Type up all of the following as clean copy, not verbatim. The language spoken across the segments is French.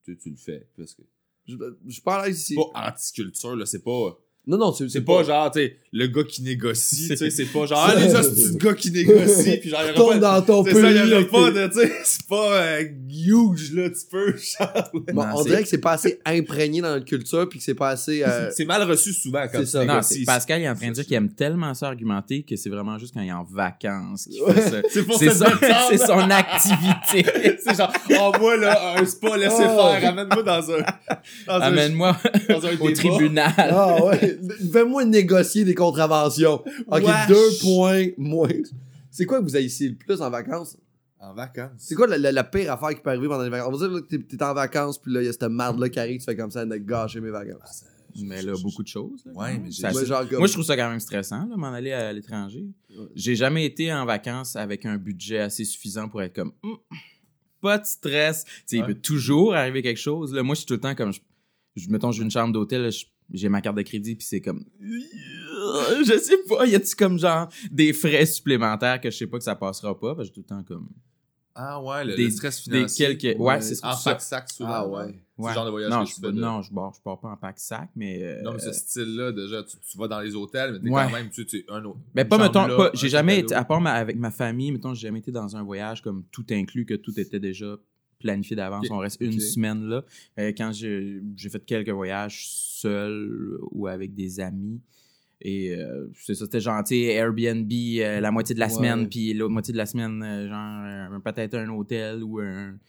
tu le fais. Parce que Je parle ici. c'est pas anti-culture, là, c'est pas... Non, c'est pas genre, tu sais, le gars qui négocie, tu sais, c'est pas genre, les hosties de gars qui négocient, pis genre, Tombe dans ton c'est pays. ça, y'aurait pas de, tu sais, c'est pas huge, là, tu peux, genre. Bon, on dirait que c'est pas assez imprégné dans notre culture, puis que c'est pas assez... C'est mal reçu souvent quand c'est tu ça. Non, négocies. Pascal il est en train de dire qu'il aime tellement ça argumenter que c'est vraiment juste quand il est en vacances qu'il Ouais. fait ça. C'est pour C'est se détendre. c'est son activité. C'est genre, moi, là, un spa laissez faire, amène-moi dans un Amène-moi dans un au débat. tribunal. Ah ouais. Fais-moi négocier des contraventions. Ok, Wesh. 2 points moins. C'est quoi que vous haïssez le plus en vacances? En vacances. C'est quoi la pire affaire qui peut arriver pendant les vacances? On va dire là, que t'es en vacances, puis là, il y a cette marde-là qui arrive, tu fais comme ça, de gâcher mes vacances. Mais là, beaucoup de choses. Là, Ouais, mais j'ai- Ça, Ouais, c'est- genre comme- Moi, je trouve ça quand même stressant, là, m'en aller à l'étranger. Ouais. J'ai jamais été en vacances avec un budget assez suffisant pour être comme pas de stress. Tu sais, il Ouais. peut toujours arriver quelque chose. Là, moi, je suis tout le temps comme mettons, j'ai une chambre d'hôtel, là, j'ai ma carte de crédit, puis c'est comme je sais pas, y a-tu comme genre des frais supplémentaires que je sais pas que ça passera pas, parce que j'ai tout le temps comme Ah ouais, le des stress des financier. quelques Ouais. c'est En ça. pack-sac, souvent. Ah ouais. C'est Ouais. le genre de voyage Non, que tu fais. non, je pars pas en pack sac, mais Non, mais ce style-là, déjà, tu vas dans les hôtels, mais t'es Ouais. quand même, tu sais, un autre. mais une pas, chambre mettons, là, pas, un j'ai jamais cadeau. été, à part avec ma famille, mettons, j'ai jamais été dans un voyage comme tout inclus, que tout était déjà planifié d'avance. Ok. On reste une Ok. semaine là. Quand j'ai fait quelques voyages seul ou avec des amis. Et c'est ça, c'était genre, tu sais, Airbnb la moitié de la Ouais. semaine, puis l'autre moitié de la semaine, peut-être un hôtel ou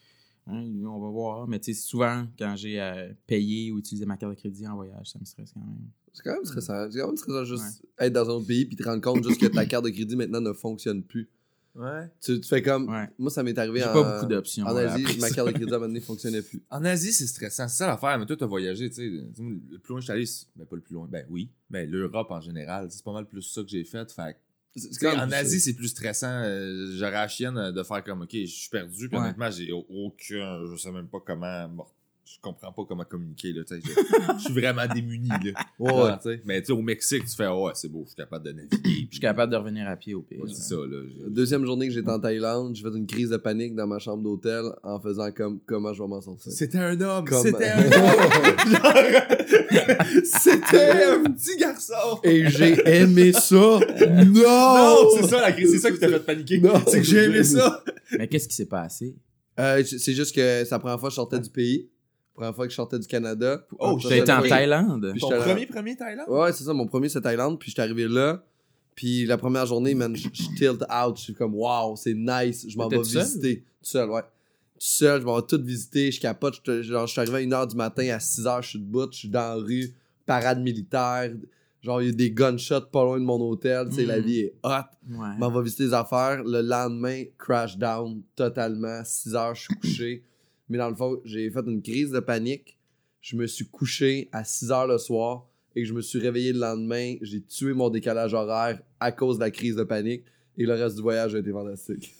on va voir. Mais tu sais, souvent, quand j'ai payé ou utilisé ma carte de crédit en voyage, ça me stresse quand même. C'est quand même stressant. C'est quand même stressant juste être dans un autre pays, puis te rendre compte juste que ta carte de crédit maintenant ne fonctionne plus. Ouais. Tu fais comme... Ouais. Moi, ça m'est arrivé J'ai en... pas beaucoup d'options. En là, Asie, après ma ça. carte de crédit à un moment donné fonctionnait plus. En Asie, c'est stressant. C'est ça l'affaire. Mais toi, t'as voyagé, tu sais. Le plus loin que je suis allé, ben pas le plus loin. Ben oui. Mais l'Europe en général, c'est pas mal plus ça que j'ai fait. Fait que, tu sais, quand même en plus Asie, c'est plus stressant. J'aurais la chienne de faire comme, OK, je suis perdu. Puis Ouais. honnêtement, j'ai aucun... Je sais même pas comment... Je comprends pas comment communiquer, là, tu sais. Je suis vraiment démuni, là. Ouais. Ah, tu sais. Mais tu sais, au Mexique, tu fais, ouais, c'est beau, je suis capable de naviguer. Je suis capable de revenir à pied au pire. Ouais, c'est ça, là. Deuxième journée que j'étais en Thaïlande, j'ai fait une crise de panique dans ma chambre d'hôtel en faisant comme comment je vais m'en sortir. C'était un homme. Comme- C'était un homme. Genre, c'était un petit garçon. Et j'ai aimé ça. Non! Non, c'est ça la crise, c'est ça qui t'a fait paniquer. Non. C'est que j'ai aimé ça. Mais qu'est-ce qui s'est passé? C'est juste que c'est la première fois que je sortais du pays. Première fois que je sortais du Canada. Oh, Ça, T'as été en ça, Thaïlande? Puis Ton j'étais premier Thaïlande? Ouais, c'est ça, mon premier c'est Thaïlande, puis j'étais arrivé là, puis la première journée, man, je tilt out, je suis comme wow, c'est nice, je m'en vais T'étais tout seul? visiter. Tout seul, ouais. Tout seul, je m'en vais tout visiter, je capote, je suis arrivé à 1h du matin, à 6h, je suis debout, je suis dans la rue, parade militaire, genre il y a des gunshots pas loin de mon hôtel, tu sais, la vie est hot. Ouais. Je m'en vais visiter des affaires, le lendemain, crash down totalement, 6h, je suis couché, mais dans le fond, j'ai fait une crise de panique. Je me suis couché à 6h le soir et je me suis réveillé le lendemain. J'ai tué mon décalage horaire à cause de la crise de panique. Et le reste du voyage a été fantastique.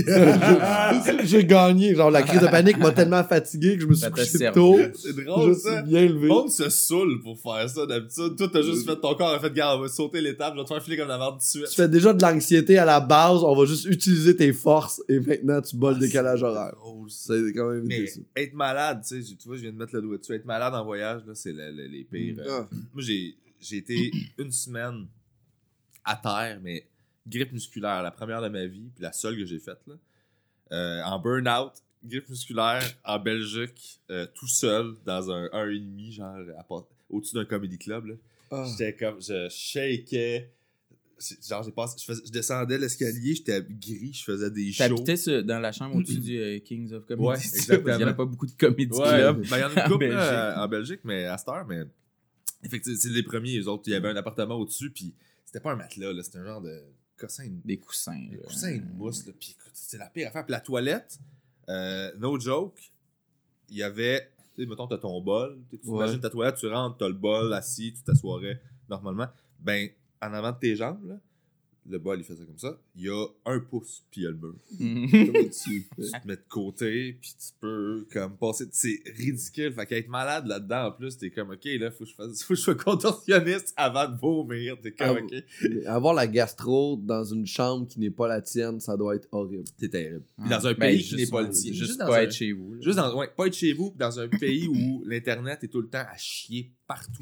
J'ai gagné. Genre, la crise de panique m'a tellement fatigué que je me suis Ça t'a couché servi. tôt. C'est Je drôle, me ça. suis bien Le levé. monde se saoule pour faire ça d'habitude. Toi, t'as juste fait ton corps, a fait, garde, on va sauter l'étape, je vais te faire filer comme la merde tout de suite. Tu fais déjà de l'anxiété à la base. On va juste utiliser tes forces. Et maintenant, tu bats le décalage horaire. drôle, ça. C'est quand même Mais été ça. être malade, tu sais, tu vois, je viens de mettre le doigt dessus. Être malade en voyage, là, c'est les pires. Ah. Moi, j'ai été une semaine à terre, mais grippe musculaire, la première de ma vie, puis la seule que j'ai faite, là. En burn-out, grippe musculaire, en Belgique, tout seul, dans un 1,5, genre, au-dessus d'un comedy club, là. Ah. J'étais comme, je shakeais. Genre, je descendais l'escalier, j'étais gris, je faisais des shows. T'habitais dans la chambre au-dessus du Kings of Comedy. Ouais, c'est ça, parce qu'il y en a exactement. pas beaucoup de comédie Ouais, club. ben, il y en a une en couple Belgique. en Belgique, mais à cette heure, mais effectivement, c'est les premiers, les autres, il y avait un appartement au-dessus, puis c'était pas un matelas, là, c'était un genre de coussin, Des coussins. de là. coussin et de mousse, là, puis écoute, c'est la pire affaire. Puis la toilette, no joke, il y avait, tu sais, mettons, t'as ton bol, tu imagines ta toilette, tu rentres, t'as le bol assis, tu t'assoirais normalement, ben, en avant de tes jambes, là, le bol, il fait ça comme ça. Il y a 1 pouce, puis il y a le mur. Comment tu fais? Tu te mets de côté, puis tu peux comme passer. C'est ridicule. Fait qu'être malade là-dedans, en plus, t'es comme, OK, là, faut que je sois contorsionniste avant de vomir. T'es comme, OK. Avoir la gastro dans une chambre qui n'est pas la tienne, ça doit être horrible. C'est terrible. Puis dans un Ben, pays qui n'est pas le juste- tien. Juste dans pas un- être chez vous. là. Juste dans, ouais, pas être chez vous, puis dans un pays où l'Internet est tout le temps à chier partout.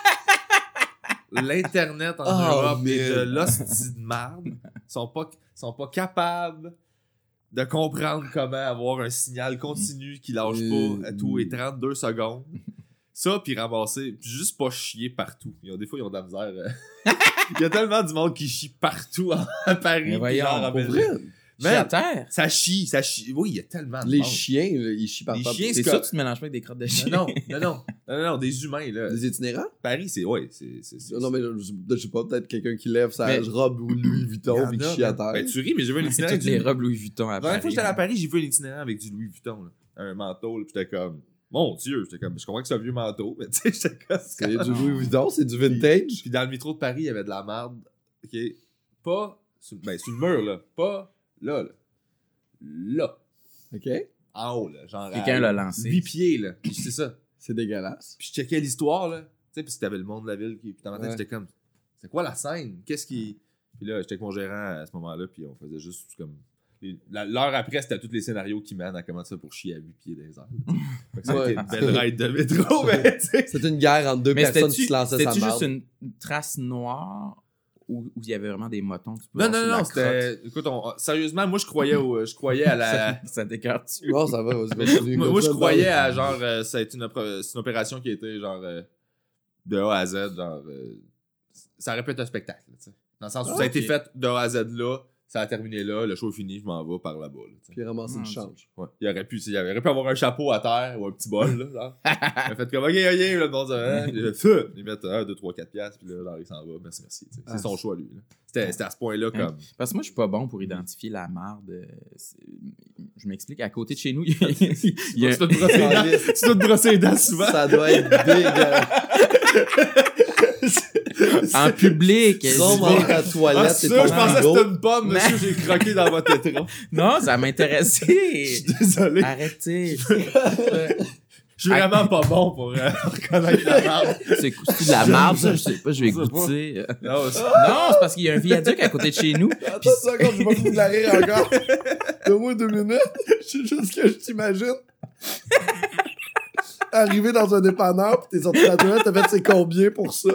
L'Internet en Europe est de l'hostie de marde. Sont pas capables de comprendre comment avoir un signal continu qui lâche pas à tous les 32 secondes. Ça, puis ramasser, puis juste pas chier partout. Des fois, ils ont de la misère. Il y a tellement du monde qui chie partout à Paris. Mais puis voyons, genre en Pour Belgique. vrai, Chier à Man, terre. ça chie. Oui, il y a tellement de les monde. chiens, là, ils chient par Les terre. chiens, C'est c'est ça, comme- tu te mélanges pas avec des crottes de chien. Non, des humains, là. Des itinérants? Paris, c'est. Non, mais je sais pas, peut-être quelqu'un qui lève sa Mais- robe ou Louis Vuitton et qui chie à terre. Ben, tu ris, mais j'ai vu un itinérant. Toutes les robes Louis Vuitton à La dernière fois que Paris. j'étais à Paris, j'ai vu un itinérant avec du Louis Vuitton, là. Un manteau, là, pis j'étais comme. Mon Dieu, j'étais comme. Je comprends que c'est un vieux manteau, mais tu sais, j'étais comme. C'est du Louis Vuitton, c'est du vintage. Puis dans le métro de Paris, il y avait de la merde. OK? Pas. Sur le mur, là. Pas là, là. Là. OK? En haut, là. Genre. Quelqu'un l'a lancé. 8 pieds, là. Puis c'est ça. C'est dégueulasse. Puis je checkais l'histoire, là. Tu sais, puis t'avais le monde de la ville qui. Puis dans ma tête, Ouais. j'étais comme. C'est quoi la scène? Qu'est-ce qui. Puis là, j'étais avec mon gérant à ce moment-là, puis on faisait juste comme. L'heure après, c'était tous les scénarios qui mènent à comment ça pour chier à 8 pieds dans les airs. Fait que ça a été une belle ride de métro, mais tu sais. C'est une guerre entre deux Mais personnes qui se lançaient sa c'était juste marde. une trace noire où il y avait vraiment des motons? que tu peux Non, avoir non, sur non, la c'était. Écoute, sérieusement, moi, je croyais à la. crotte? Ça t'écarte-tu? Non, ça va, vas-y, continue. Moi, je Continue. croyais à genre. Ça a été c'est une opération qui a été genre. De A à Z, genre. Ça aurait pu être un spectacle, tu sais. Dans le sens où ça a été ok. fait de A à Z là, ça a terminé là, le show est fini, je m'en vais par là-bas. Là, tu sais. Puis ramasser Ah, du change. Ouais. Il aurait pu avoir un chapeau à terre ou un petit bol, là, genre. Il a fait comme, OK, là, le monde, ils mettent 1, 2, 3, 4 piastres, puis là, il s'en va, merci, tu sais. C'est Ah. son choix, lui, là. C'était à ce point-là, comme. Parce que moi, je suis pas bon pour identifier la marde. Je m'explique. À côté de chez nous, il y a Tu dois te brosser les dents- tu dois te brosser les dents souvent. Ça doit être dégueulasse. en public. Tombe dans ta Ah, toilette, c'est c'est ça, ton je pensais que frigo. c'était une pomme, monsieur, j'ai croqué dans votre tétron. Non, ça Je m'intéressait. suis désolé. Arrêtez. Je suis vraiment pas bon pour reconnaître la marde. C'est de la marde, ça? Je sais pas, je vais Je sais pas. goûter. Non, Non, c'est parce qu'il y a un viaduc à côté de chez nous. Attends une seconde, j'ai pas fini de la rire encore. Donne-moi 2 minutes. C'est juste que je t'imagine. Arriver dans un dépanneur, pis t'es sorti de la toilette, t'as fait c'est combien pour ça?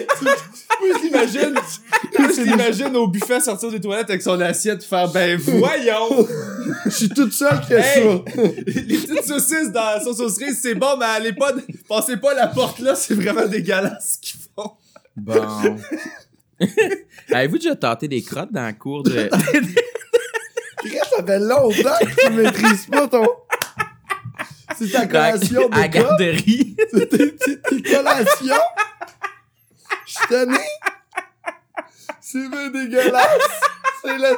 je l'imagine au buffet sortir des toilettes avec son assiette faire ben voyons! Je suis toute seule qui fait Hey! ça. Les petites saucisses dans la saucisserie, c'est bon, mais allez pas, passez pas la porte là, c'est vraiment dégueulasse ce qu'ils font. Bon. Avez-vous déjà tenté des crottes dans la cour de... Chris, ça fait longtemps que tu maîtrises pas ton... C'est ta collation à la de gars. garderie? C'est tes collations. Je suis tanné. C'est bien dégueulasse. C'est le...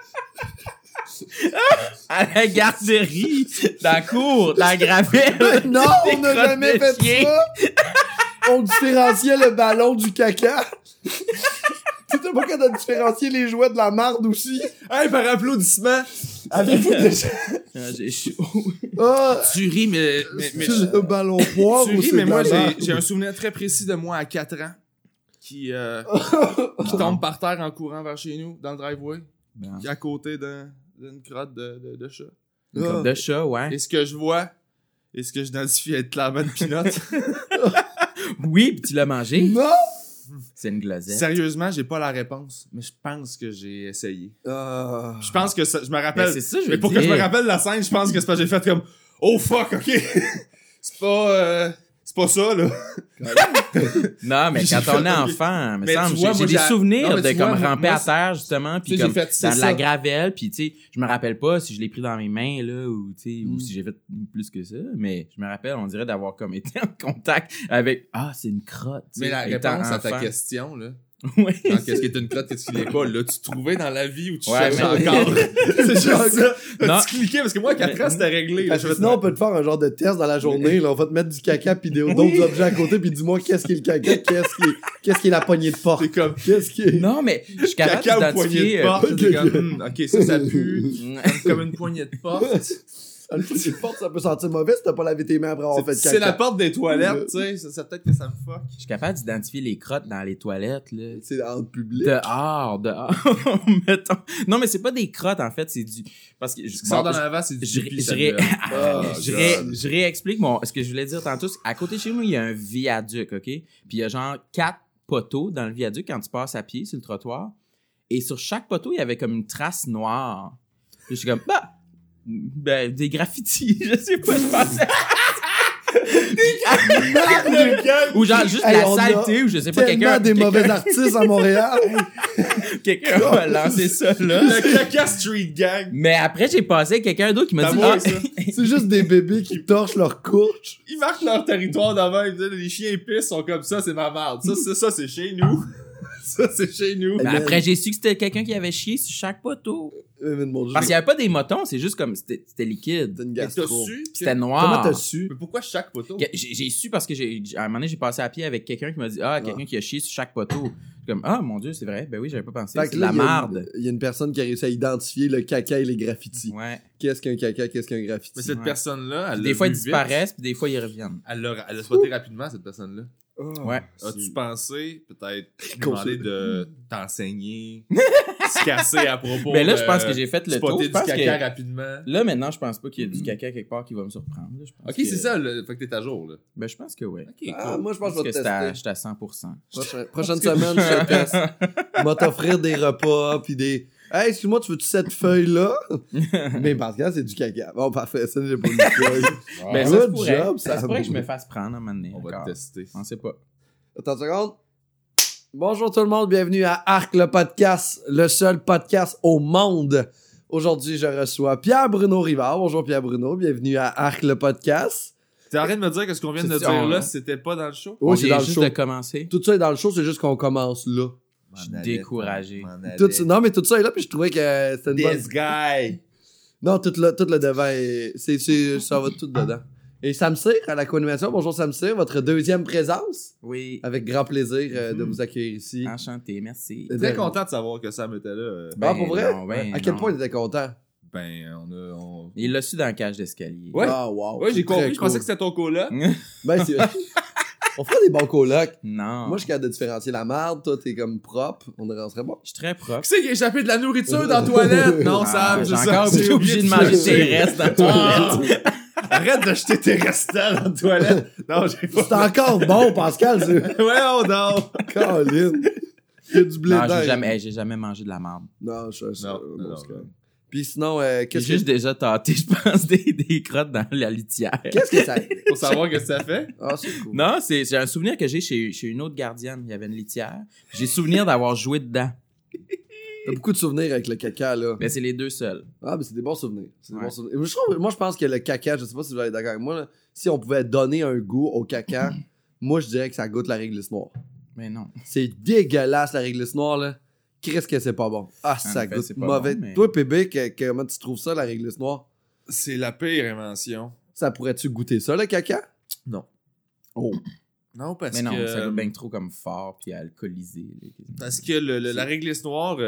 À la garderie, dans la cour, dans la gravelle. Non, on n'a crottes jamais de fait chien. ça. On différenciait le ballon du caca. T'étais pas capable de différencier les jouets de la marde aussi. Hey, par applaudissement! Avez-vous déjà. Ah, j'ai chaud. Ah, Tu ris, mais c'est le ballon poire tu ou ris, c'est mais de moi, la marde? j'ai un souvenir très précis de moi à 4 ans qui tombe par terre en courant vers chez nous, dans le driveway, Bon. à côté d'une crotte de chat. Une crotte de chat, ouais. Et ce que je vois, et ce que j'identifie être clairement une pinotte. Oui, pis tu l'as mangé. Non! C'est une glazette. Sérieusement, j'ai pas la réponse, mais je pense que j'ai essayé. Ah. Je pense que ça, je me rappelle. Mais c'est ça, je Mais veux pour que je dire. me rappelle la scène, je pense que c'est parce que j'ai fait comme oh fuck, ok. c'est pas ça là. Non, mais J'ai quand on fait- est enfant, me Mais semble, tu vois, j'ai moi, des j'ai- souvenirs non, mais de tu vois, comme moi, ramper moi, à terre, justement, puis Tu sais, comme j'ai fait, c'est dans de la ça. gravelle, puis tu sais, je me rappelle pas si je l'ai pris dans mes mains, là, ou tu sais, ou si j'ai fait plus que ça, mais je me rappelle, on dirait d'avoir comme été en contact avec, ah, c'est une crotte. tu Mais sais, la étant réponse à ta enfant. question là, Oui. Genre, qu'est-ce qui est une crotte, qu'est-ce qui l'est pas. Là, tu trouvais dans la vie où tu Ouais, cherches mais- encore. C'est juste ça. Non. Tu cliquais, parce que moi, à 4 ans, c'était réglé. Là, je Sinon, on peut te faire un genre de test dans la journée. Là, on va te mettre du caca puis d'autres objets à côté puis dis-moi qu'est-ce qui est le caca, qu'est-ce qui est la poignée de porte. c'est comme Qu'est-ce qui est... Non, mais je suis capable caca ou poignée d'identifier... de porte. ok, T'es ok. comme, ok, ça pue. Comme une poignée de porte. Le poignée de porte, ça peut sentir mauvais si t'as pas lavé tes mains après avoir fait caca. C'est la porte des toilettes, tu sais. Ça peut-être que ça me fuck. Je suis capable d'identifier les crottes dans les toilettes, là. C'est en public. Dehors. Mettons. Non, mais c'est pas des crottes, en fait, c'est du... Parce que... Ce qui sort dans l'avant, c'est du je- pipi, je- Samuel. Oh, je réexplique ce que je voulais dire tantôt. À côté de chez nous, il y a un viaduc, OK? Puis il y a genre 4 poteaux dans le viaduc quand tu passes à pied sur le trottoir. Et sur chaque poteau, il y avait comme une trace noire. Puis je suis comme, des graffitis. Je sais pas, je pensais... Ou genre juste Hey, la on a saleté, ou je sais pas, Tellement des mauvais artistes à Montréal. quelqu'un va lancer ça là. Le caca street gang. Mais après, j'ai passé à quelqu'un d'autre qui m'a T'as dit, moi, ça. C'est juste des bébés qui torchent leur couche. Ils marquent leur territoire devant. Ils disent, les chiens pissent sont comme ça, c'est ma merde. Ça, c'est chez nous. Ça, c'est chez nous. Mais après, j'ai su que c'était quelqu'un qui avait chié sur chaque poteau. Mais mon Dieu. Parce qu'il y avait pas des motons, c'est juste comme, c'était liquide. T'as une Mais t'as gastro. su? C'était Comment noir. t'as su? Mais pourquoi chaque poteau? J'ai su parce que à un moment donné, j'ai passé à pied avec quelqu'un qui m'a dit, quelqu'un qui a chié sur chaque poteau. Comme, mon Dieu, c'est vrai. Ben oui, j'avais pas pensé. Fait C'est que de là, la marde. Il y a une personne qui a réussi à identifier le caca et les graffitis. Ouais. Qu'est-ce qu'un caca, qu'est-ce qu'un graffiti? Mais cette Ouais. personne-là, elle Des l'a fois, ils vu vite. disparaissent, puis des fois, ils reviennent. Elle l'a spoté rapidement, cette personne-là. Ouais. As-tu pensé, peut-être, Conçu. demander de t'enseigner, se casser à propos Ben là, de je pense que j'ai fait le tour. spotter Je du pense caca que rapidement. là, maintenant, je pense pas qu'il y a du caca quelque part qui va me surprendre. là. Je pense Ok, que- c'est ça, fait que t'es à jour, là. Ben, je pense que oui. Ok, Ah, cool. moi, je pense que je vais te tester. j'étais à 100%. Prochaine semaine, je te teste. On va t'offrir des repas, puis des... Hey, excuse-moi, tu veux-tu cette feuille-là? Mais Pascal, c'est du caca. Bon, parfait, ça n'est pas une feuille. Ben, Good ça se pourrait. job, Ça se pourrait que je Sam. me fasse prendre un moment donné. On va encore. te tester. On sait pas. Attends une seconde. Bonjour tout le monde, bienvenue à Arc le podcast, le seul podcast au monde. Aujourd'hui, je reçois Pierre-Bruno Rivard. Bonjour Pierre-Bruno, bienvenue à Arc le podcast. T'es en train de me dire que ce qu'on vient de C'est- dire on- là, c'était pas dans le show? Oui, On c'est vient dans le juste show. de commencer. Tout ça est dans le show, c'est juste qu'on commence là. Je suis découragé. Non, mais tout ça est là, puis je trouvais que c'était une bonne... This guy! Non, tout le devant, ça va tout dedans. Et Samsir, à la co-animation. Bonjour Samsir, votre deuxième présence. Oui. Avec grand plaisir de vous accueillir ici. Enchanté, merci. Euh, Très content de savoir que Sam était là. Pour vrai? non, ben À quel non. point il était content? Ben, on... Il l'a su dans la cage d'escalier. Ouais. Ah, wow. Ouais, j'ai c'est très compris. Je pensais cool. que c'était ton coloc. Ben, c'est... On ferait des bons colocs. Non. Moi, je suis capable de différencier la marde. Toi, t'es comme propre. On serait bon. Je suis très propre. Qui c'est qui a échappé de la nourriture dans la toilette? Non, Sam, j'ai je sais. encore J'ai obligé de manger tes restes dans la toilette. Arrête de jeter tes restants dans la toilette. Non, j'ai C'est pas. encore bon, Pascal. C'est... Ouais, oh non. Caroline. Il y a du blé Non, dedans. j'ai jamais mangé de la merde. Non, Non, bon, non, c'est non. correct. Puis sinon, J'ai qu'est-ce juste que... déjà tâté, je pense, des crottes dans la litière. Qu'est-ce que ça... Pour savoir que ça fait. Ah, c'est cool. Non, c'est un souvenir que j'ai chez une autre gardienne. Il y avait une litière. J'ai souvenir d'avoir joué dedans. T'as beaucoup de souvenirs avec le caca, là. Mais c'est les deux seuls. Ah, mais c'est des bons souvenirs. C'est des Ouais. bons souvenirs. Moi, je pense que le caca, je sais pas si vous allez être d'accord avec moi, là, si on pouvait donner un goût au caca, moi, je dirais que ça goûte la réglisse noire. Mais non. C'est dégueulasse, la réglisse noire, là. Qu'est-ce que c'est pas bon? Ah, ça en fait, goûte c'est pas mauvais. bon, mais- Toi, PB, comment tu trouves ça, la réglisse noire? C'est la pire invention. Ça pourrait-tu goûter ça, le caca? Non. Oh. Non, parce Mais non, que. ça goûte bien trop comme fort puis alcoolisé. là. Parce que la réglisse noire,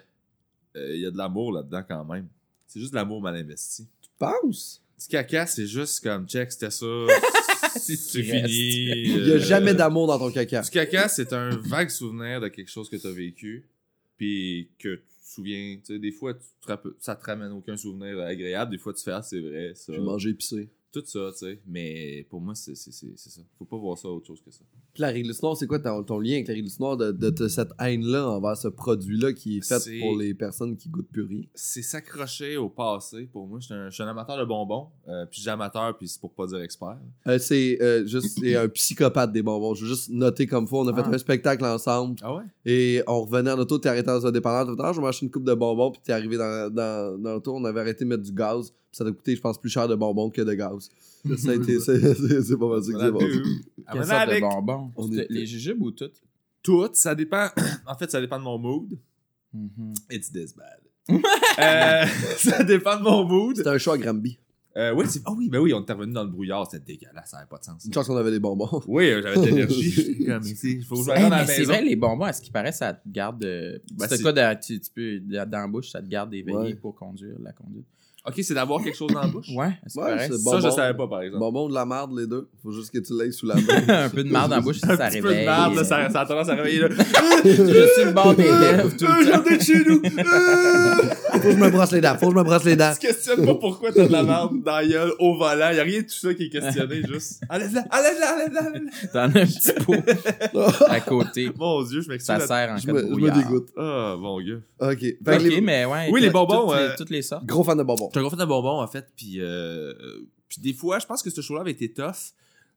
il y a de l'amour là-dedans quand même. C'est juste de l'amour mal investi. Tu penses? Du caca, c'est juste comme check, c'était ça. c'est Tu fini. Il y a jamais d'amour dans ton caca. Du caca, c'est un vague souvenir de quelque chose que tu as vécu. Puis que tu te souviens. Tu sais, des fois, ça te ramène aucun souvenir agréable. Des fois, tu fais c'est vrai, ça. J'ai mangé épicé. Tout ça, tu sais. Mais pour moi, c'est ça. Faut pas voir ça autre chose que ça. Puis la réglisse noire, c'est quoi ton lien avec la réglisse noire de cette haine-là envers ce produit-là qui est fait C'est- pour les personnes qui goûtent plus rien? C'est s'accrocher au passé pour moi. Je suis un amateur de bonbons. Puis j'ai amateur, puis c'est pour pas dire expert. C'est un psychopathe des bonbons. Je veux juste noter comme fois, on a fait Ah. un spectacle ensemble Ah ouais? et on revenait en auto, t'es arrêté dans un dépanneur, t'as dit, je vais m'acheter une coupe de bonbons, puis t'es arrivé dans l'auto, on avait arrêté de mettre du gaz, puis ça t'a coûté, je pense, plus cher de bonbons que de gaz. Ça a été, c'est pas mal ça que c'est bon. Quelle sorte de Avec. bonbons? On C'était est- les jujubes ou tout? Tout, ça dépend. En fait, ça dépend de mon mood. Mhm. It's this bad. Ça dépend de mon mood. C'était un show à Granby. Oui, oui, on est revenu dans le brouillard, c'était dégueulasse, ça n'avait pas de sens. Une chance qu'on avait des bonbons. Oui, j'avais de l'énergie. J'étais comme, il faut que je Hey, regarde à la mais c'est maison. vrai, les bonbons, à ce qui paraît, ça te garde. Ben, c'est c'est- quoi tu peux, dans la bouche, ça te garde éveillé Ouais. pour conduire la conduite. Ok, c'est d'avoir quelque chose dans la bouche. Ouais, à ce qui Ouais, paraît. c'est Ça, je bonbon. savais pas, par exemple. Bonbons de la merde, les deux. Faut juste que tu l'aies sous la main. Un peu de marde dans la bouche, ça Un petit réveille. peu de merde, là, ça a tendance à réveiller, là. Juste sur le bord des lèvres tout le temps. J'en ai de chez nous. Faut que je me brosse les dents. Faut que je me brosse les dents. Tu questionnes pas pourquoi t'as de la merde dans la gueule, au volant. Y a rien de tout ça qui est questionné, juste. Enlève-la, enlève-la, enlève-la, enlève-la. T'en as un petit pot à côté. Mon Dieu, je m'excuse. Ça sert en Je cas me, de je me brouillard. dégoûte. Ah, mon gars. Ok. Fait que Ok, les- mais ouais. Oui, les bonbons, Toutes les sortes. Gros fan de bonbons. J'étais un gros fan de bonbons, en fait, puis des fois, je pense que ce show-là avait été tough.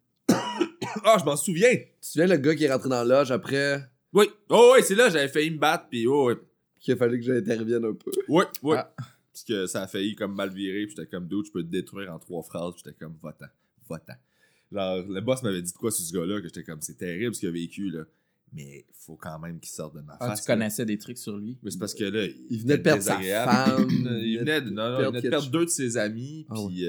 Ah, je m'en souviens. Tu te souviens le gars qui est rentré dans la loge après Oui. Oh, ouais, c'est là, j'avais failli me battre, puis oh, ouais. qu'il a fallu que j'intervienne un peu? Ouais, ouais. Ah. Parce que ça a failli comme mal virer, puis j'étais comme, dude, je peux te détruire en 3 phrases, puis j'étais comme, va-t'en, va-t'en. Genre, le boss m'avait dit de quoi sur ce gars-là, que j'étais comme, c'est terrible ce qu'il a vécu, là. Mais faut quand même qu'il sorte de ma Ah, face. tu connaissais des trucs sur lui. Mais c'est parce que là, Il venait de perdre sa désagréable. femme. Il venait de, non, il venait de perdre 2 de ses amis, Ah puis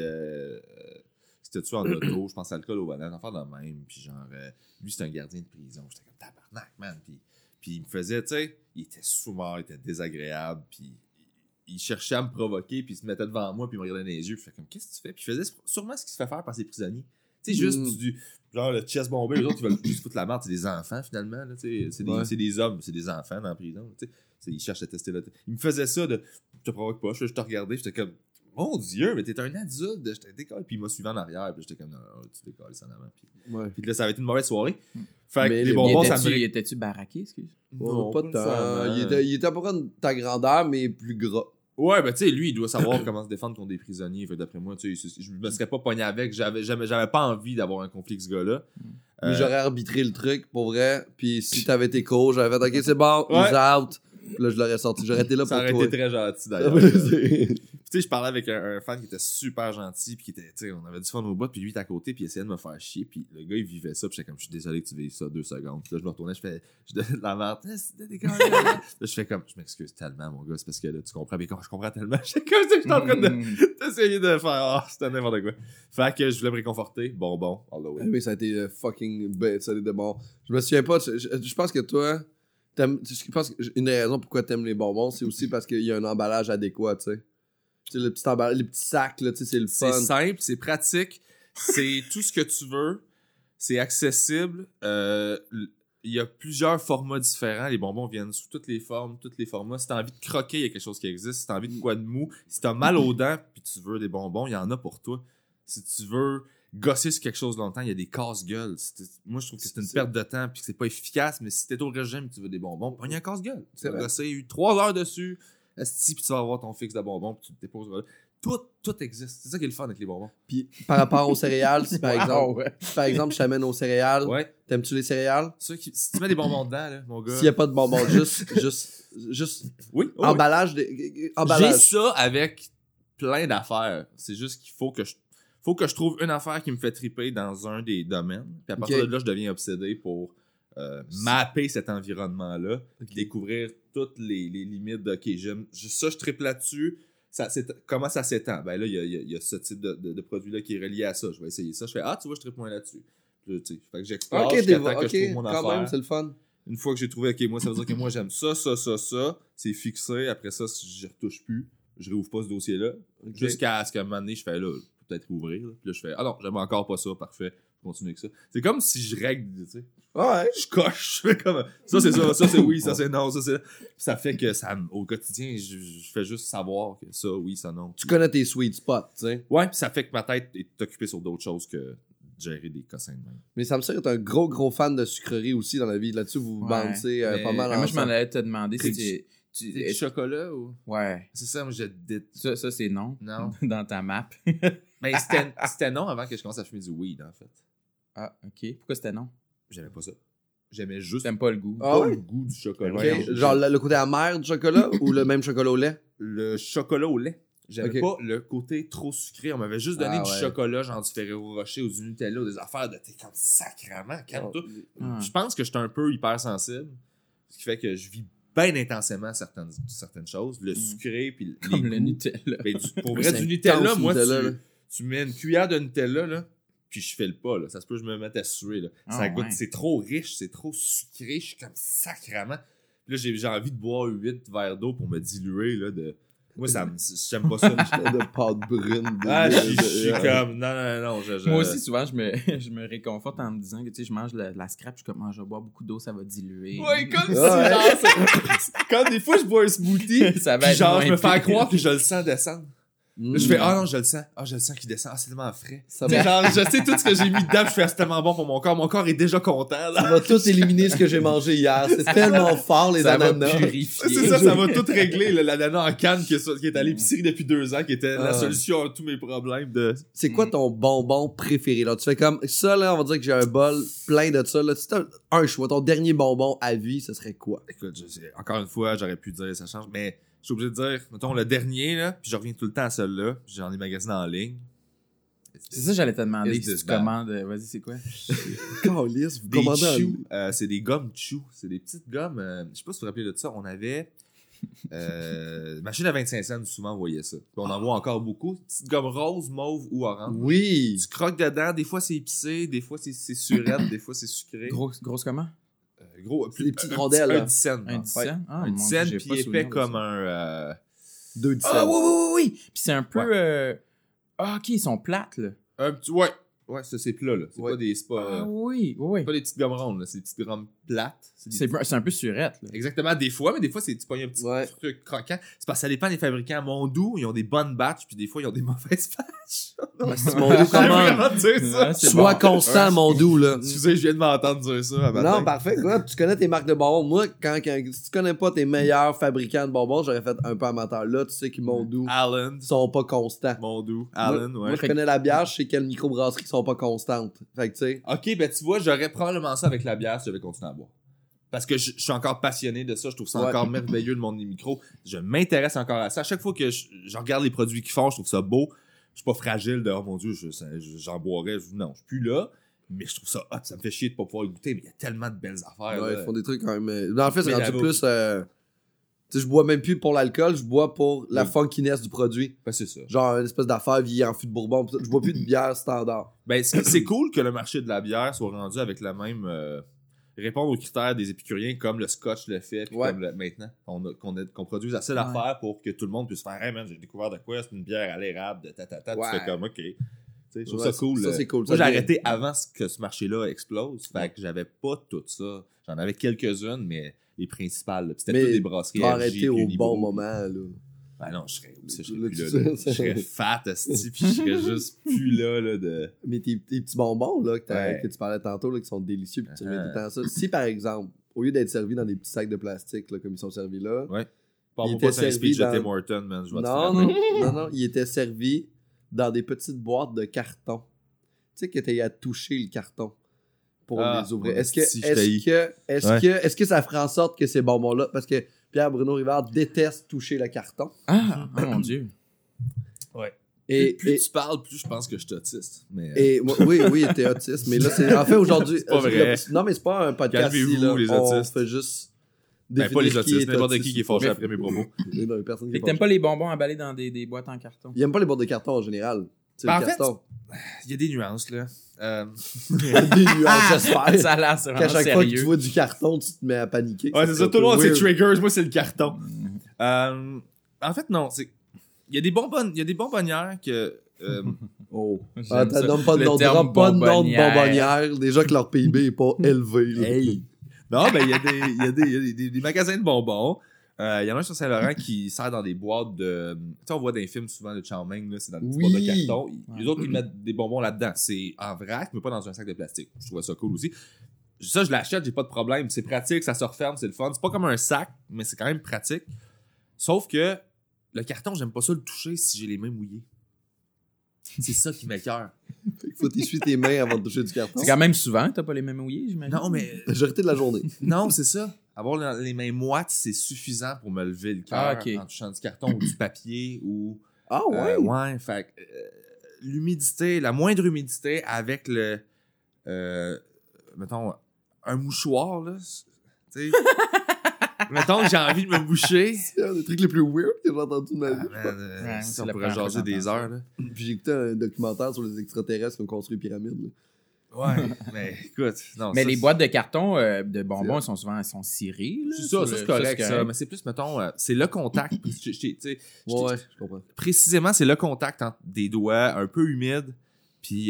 c'était tu en auto, je pense alcool au volant, enfin de même, puis genre, lui c'est un gardien de prison, j'étais comme tabarnak, man, puis il me faisait, tu sais, il était sous-mort, il était désagréable, puis il cherchait à me provoquer, puis il se mettait devant moi, puis il me regardait dans les yeux, puis je fais comme, qu'est-ce que tu fais? Puis il faisait sûrement ce qui se fait faire par ses prisonniers. Tu sais, juste genre le chest bombé, les autres, ils veulent juste foutre la merde, c'est des enfants finalement, là, tu sais, c'est des hommes, c'est des enfants dans la prison, tu sais, ils cherchent à tester là. Il me faisait ça de, je te provoque pas, je te regardais, j'étais comme, mon Dieu, mais t'es un adulte, j'étais décollé, puis il m'a suivi en arrière, puis j'étais comme, non, tu décolles, ça en avant, Ouais. puis là, ça avait été une mauvaise soirée. Fait que Mais les les bonbons, ça me Étais-tu baraqué, excuse? Oh, pas tant. nécessairement. Il était à peu près de ta grandeur, mais plus gras. Ouais, ben tu sais, lui, il doit savoir comment se défendre contre des prisonniers. Fait que d'après moi, tu sais, je me serais pas pogné avec. J'avais pas envie d'avoir un conflit avec ce gars-là. Mais j'aurais arbitré le truc, pour vrai. Puis si t'avais été coach, j'aurais fait, ok, c'est bon, Ouais. he's out. Puis là, je l'aurais sorti. J'aurais été là Ça pour aurait toi. été très gentil d'ailleurs. C'est- Tu sais, je parlais avec un fan qui était super gentil, puis qui était, tu sais, on avait du fun au bout, puis lui, il était à côté, puis il essayait de me faire chier, puis le gars, il vivait ça, puis j'étais comme, je suis désolé que tu vives ça 2 secondes. Puis là, je me retournais, je donnais de la merde, c'était des gars, là, je fais comme, je m'excuse tellement, mon gars, c'est parce que là, tu comprends, mais je comprends tellement, je sais que j'étais en train d'essayer de faire, ah, c'était n'importe quoi. Fait que je voulais me réconforter, bon, all the way. Ah oui, ça a été fucking bête, ça a été bon. Je me souviens pas, je pense que toi, je pense que une des raisons pourquoi t'aimes les bonbons, c'est aussi parce qu'il y a un emballage adéquat, tu sais. Tu sais, le petit emballage, les petits sacs, là, tu sais, c'est le C'est fun. simple, c'est pratique, c'est tout ce que tu veux, c'est accessible. Il y a plusieurs formats différents. Les bonbons viennent sous toutes les formes, tous les formats. Si t'as envie de croquer, il y a quelque chose qui existe. Si t'as envie de quoi de mou, si t'as mal aux dents puis tu veux des bonbons, il y en a pour toi. Si tu veux gosser sur quelque chose longtemps, il y a des casse-gueules. Moi, je trouve que c'est une perte de temps puis que c'est pas efficace, mais si t'es au régime et tu veux des bonbons, il y a un casse-gueule. Tu C'est vas vrai. gosser 3 heures dessus, esti, puis tu vas avoir ton fixe de bonbons puis tu te déposeras là. Tout existe. C'est ça qui est le fun avec les bonbons. Puis par rapport aux céréales, si par exemple, je t'amène aux céréales, Ouais. t'aimes-tu les céréales? Si tu mets des bonbons dedans, là, mon gars. S'il n'y a pas de bonbons, juste Oui. oh, oui. emballage. J'ai Emballage. ça avec plein d'affaires. C'est juste qu'il faut que je trouve une affaire qui me fait triper dans un des domaines. Puis à partir Ok. de là, je deviens obsédé pour mapper cet environnement-là, Ok. découvrir toutes les limites de OK, je tripe là-dessus. Comment ça s'étend? Ben là, il y a ce type de produit-là qui est relié à ça. Je vais essayer ça. Je fais tu vois, je tripe moins là-dessus. Puis là, tu sais, fait que j'explore Ok, jusqu'à temps que je trouve mon quand affaire. même, c'est le fun. Une fois que j'ai trouvé, OK, moi, ça veut dire que moi, j'aime ça, c'est fixé. Après ça, si je retouche plus, je réouvre pas ce dossier-là. Ok. Jusqu'à ce qu'à un moment donné, je fais là, peut-être ouvrir. Là. Puis là, je fais, non, j'aime encore pas ça, parfait. Je continue avec ça. C'est comme si je règle, tu sais. Ouais. Je coche. Je fais comme, ça c'est oui, ça c'est non, ça c'est. Ça fait que au quotidien, je fais juste savoir que ça, oui, ça non. Tu connais tes sweet spots, tu sais. Ouais, puis ça fait que ma tête est occupée sur d'autres choses que gérer des cossins de même. Mais Samsung est un gros fan de sucrerie aussi dans la vie. Là-dessus, vous vous Ouais, bouncez mais- pas mal Mais moi, je m'en ensemble. allais te demander si C'est tu. Du chocolat ou. Ouais. C'est ça, moi, je Ça c'est non. Non. Dans ta map. Mais c'était non avant que je commence à fumer du weed, en fait. Ah, ok. Pourquoi c'était non? J'aimais pas ça. J'aimais juste T'aimes pas le goût? Ah pas ouais? le goût du chocolat. Ok. Voyons. Genre le côté amer du chocolat ou le même chocolat au lait? Le chocolat au lait. J'aimais pas le côté trop sucré. On m'avait juste donné du ouais. chocolat, genre du Ferrero Rocher ou du Nutella ou des affaires de... T'es comme sacrément, calme-toi. Je pense que j'étais un peu hypersensible, ce qui fait que je vis bien intensément certaines choses. Le sucré, puis Comme le Nutella. Ben, pour vrai, C'est du Nutella, intense, moi, Nutella, là. tu mets une cuillère de Nutella, là, puis je fais le pas, là. Ça se peut que je me mette à suer, là. Ah, Ça goûte, ouais. c'est trop riche, c'est trop sucré, je suis comme sacrément. Puis là, j'ai envie de boire 8 verres d'eau pour me diluer, là, de... Moi, j'aime pas ça. De pâte brune. Je suis comme, non, Moi aussi, souvent, je me réconforte en me disant que, tu sais, je mange la scrap, je suis comme, je vais boire beaucoup d'eau, ça va diluer. Ouais, comme si, Ouais. genre, quand des fois, je bois un smoothie, Ça va puis être genre, moins je me fais pire. croire que je le sens descendre. Là, je fais, non, je le sens qu'il descend. C'est tellement frais. Ça C'est va, genre, je sais tout ce que j'ai mis dedans, je fais, c'est tellement bon pour mon corps. Mon corps est déjà content, là. ça va tout éliminer ce que j'ai mangé hier. C'est tellement fort, les Ça va ananas. purifier. C'est ça va tout régler, là, l'ananas en canne qui est à l'épicerie depuis 2 ans, qui était la solution à tous mes problèmes de... C'est quoi ton bonbon préféré? Là? Tu fais comme ça, là, on va dire que j'ai un bol plein de ça. Là. Si t'as un choix, ton dernier bonbon à vie, ce serait quoi? Écoute, encore une fois, j'aurais pu dire, ça change, mais je suis obligé de dire, mettons, le dernier, là, puis je reviens tout le temps à celui-là, puis j'en ai magasiné en ligne. C'est ça, j'allais te demander Is si this tu bad? commandes. Vas-y, c'est quoi? Calice, vous Des commandez un... chews, c'est des gommes chew. C'est des petites gommes. Je sais pas si vous vous rappelez de ça. On avait machine à 25 cents, souvent on voyait ça. Puis on en voit encore beaucoup. Petites gommes roses, mauve ou orange. Oui! Tu croques dedans. Des fois c'est épicé, des fois c'est surette, des fois c'est sucré. Grosse comment? Gros, Des petites rondelles, Un là. 10 cents. Un genre. 10 cents? Ah, Un mon 10 Dieu, cents, j'ai puis pas épais souvenir de comme ça. un... 2 10 Ah, cents. oui. Puis c'est un peu... ok, ils sont plates, là. un petit... Ouais, ça c'est plat, là. C'est Ouais. pas des... C'est pas, Oui. pas des petites gommes rondes, là. C'est des petites gommes plates. C'est des C'est un peu surette, là. Exactement, des fois, mais des fois, tu pognes un petit Ouais. truc croquant. C'est parce que ça dépend des fabricants. Mondou, ils ont des bonnes batches, puis des fois, ils ont des mauvaises batches. C'est mon doux J'allais commande. vraiment dire ça. Ouais, c'est Sois bon. constant, mon doux, là. Excusez, je viens de m'entendre dire ça. Non, parfait. Quoi, tu connais tes marques de bonbons. Moi, si tu connais pas tes meilleurs fabricants de bonbons, j'aurais fait un peu amateur. Là, tu sais qu'ils m'ont doux. Allen, Sont pas constants. Mondou, Allen, Moi, ouais. je connais la bière, je sais quelles microbrasseries sont pas constantes. Fait que, tu sais, Ok, ben tu vois, j'aurais probablement ça avec la bière si j'avais continué à boire. Parce que je suis encore passionné de ça, je trouve ça Ouais. encore merveilleux le monde des micros. Je m'intéresse encore à ça. À chaque fois que je regarde les produits qu'ils font, je trouve ça beau. Je suis pas fragile de oh mon dieu, j'en boirais. Non, je suis plus là. Mais je trouve ça hot, ça me fait chier de pas pouvoir y goûter, mais il y a tellement de belles affaires. ouais, là. ils font des trucs quand même. En fait, c'est Mais rendu là-bas- plus. Tu sais, je bois même plus pour l'alcool, je bois pour la Oui. funkiness du produit. Ben, c'est ça. Genre une espèce d'affaire vieillie en fût de bourbon. pis ça. Je bois plus de bière standard. Ben, c'est cool que le marché de la bière soit rendu avec la même. Répondre aux critères des épicuriens comme le scotch le fait, puis Ouais. comme maintenant, qu'on produise assez d'affaires pour que tout le monde puisse faire hey man, j'ai découvert de quoi, c'est une bière à l'érable, de tatata. Ouais. Tu fais comme ok. Tu sais, je trouve Ouais, ça cool. ça, c'est cool. Moi, Ça j'ai vient- arrêté avant que ce marché-là explose. Fait que j'avais pas tout ça. J'en avais quelques-unes, mais les principales. là. Puis c'était Mais toutes des brasseries. Faut RJ, arrêter puis au Unibo. bon moment, là. Ben non, je serais plus Là, là, tu là. sais, Je serais fat, asti, puis je serais juste plus là de. Mais tes petits bonbons là, Ouais. que tu parlais tantôt, là, qui sont délicieux, puis tu reviens Uh-huh. tout le temps à ça. Si par exemple, au lieu d'être servis dans des petits sacs de plastique, là, comme ils sont servis là, Parle-moi était pas sur un servi speech de dans- Tim Horton, man. Je vais te non, frapper. non, il était servi dans des petites boîtes de carton. Tu sais que t'as à toucher le carton pour les ouvrir. mon Est-ce que, esti, je est-ce t'haïs. que, est-ce Ouais. que, est-ce que ça ferait en sorte que ces bonbons-là, parce que Pierre-Bruno Rivard déteste toucher le carton. Ah, oh mon Dieu. Et, plus et, tu parles, plus je pense que je suis autiste. Mais, et moi, oui, t'es autiste, mais là, c'est en fait aujourd'hui. C'est pas vrai. Non, mais c'est pas un podcast. Calmez-vous, ici, là. les On autistes. fait juste. ben, pas les définir qui autistes, est n'importe autiste qui est ou pas. fâché après mes propos. Mais non, personne qui Fait est que t'aimes fâché. pas les bonbons emballés dans des boîtes en carton. Il aime pas les boîtes de carton en général. C'est Ben, le en fait, carton. Il y a des nuances, là. Il y a des nuances, j'espère. Ça a l'air c'est Qu'à vraiment chaque fois que tu sérieux. vois du carton, tu te mets à paniquer. Ouais, c'est ça. Tout le monde, c'est weird. triggers. Moi, c'est le carton. En fait, non. Il y a des bonbonnières que... Oh. J'aime Ah, t'as ça. nomme pas de Le nom, terme drop pas de nom de bonbonnière. bonbonnière. Déjà que leur PIB est pas élevé. là. Hey! Non, ben, il y a des magasins de bonbons. Il y en a un sur Saint-Laurent qui sert dans des boîtes de... Tu sais, on voit dans les films souvent de Chow Mein, là, c'est dans des petites Oui. boîtes de carton. Les autres, ils mettent des bonbons là-dedans. C'est en vrac, mais pas dans un sac de plastique. Je trouvais ça cool aussi. Ça, je l'achète, j'ai pas de problème. C'est pratique, ça se referme, c'est le fun. C'est pas comme un sac, mais c'est quand même pratique. Sauf que le carton, j'aime pas ça le toucher si j'ai les mains mouillées. C'est ça qui m'écoeure. Fait qu'il faut t'essuyer tes mains avant de toucher du carton. C'est quand même souvent que t'as pas les mêmes mouillés, j'imagine. Non, mais... La majorité de la journée. Non, c'est ça. Avoir les mains moites, c'est suffisant pour me lever le cœur Ah, ok. en touchant du carton ou du papier ou Ah ouais? Ouais, fait que, l'humidité, la moindre humidité avec le... mettons, un mouchoir, là. Tu sais... mettons que j'ai envie de me boucher. C'est un des trucs les plus weird que j'ai entendu de ma vie. Ouais, ça, c'est on la pourrait première fois jaser que des j'entends heures, là. Puis j'ai écouté un documentaire sur les extraterrestres qui ont construit les pyramides. Là. Ouais, mais écoute... Non, Mais ça, les c'est- boîtes de carton de bonbons, elles sont cirées. Là, C'est sur ça, le- c'est correct, ça. correct. Mais c'est plus, mettons, c'est le contact. Tu sais, Ouais, je comprends. précisément, c'est le contact entre des doigts un peu humides puis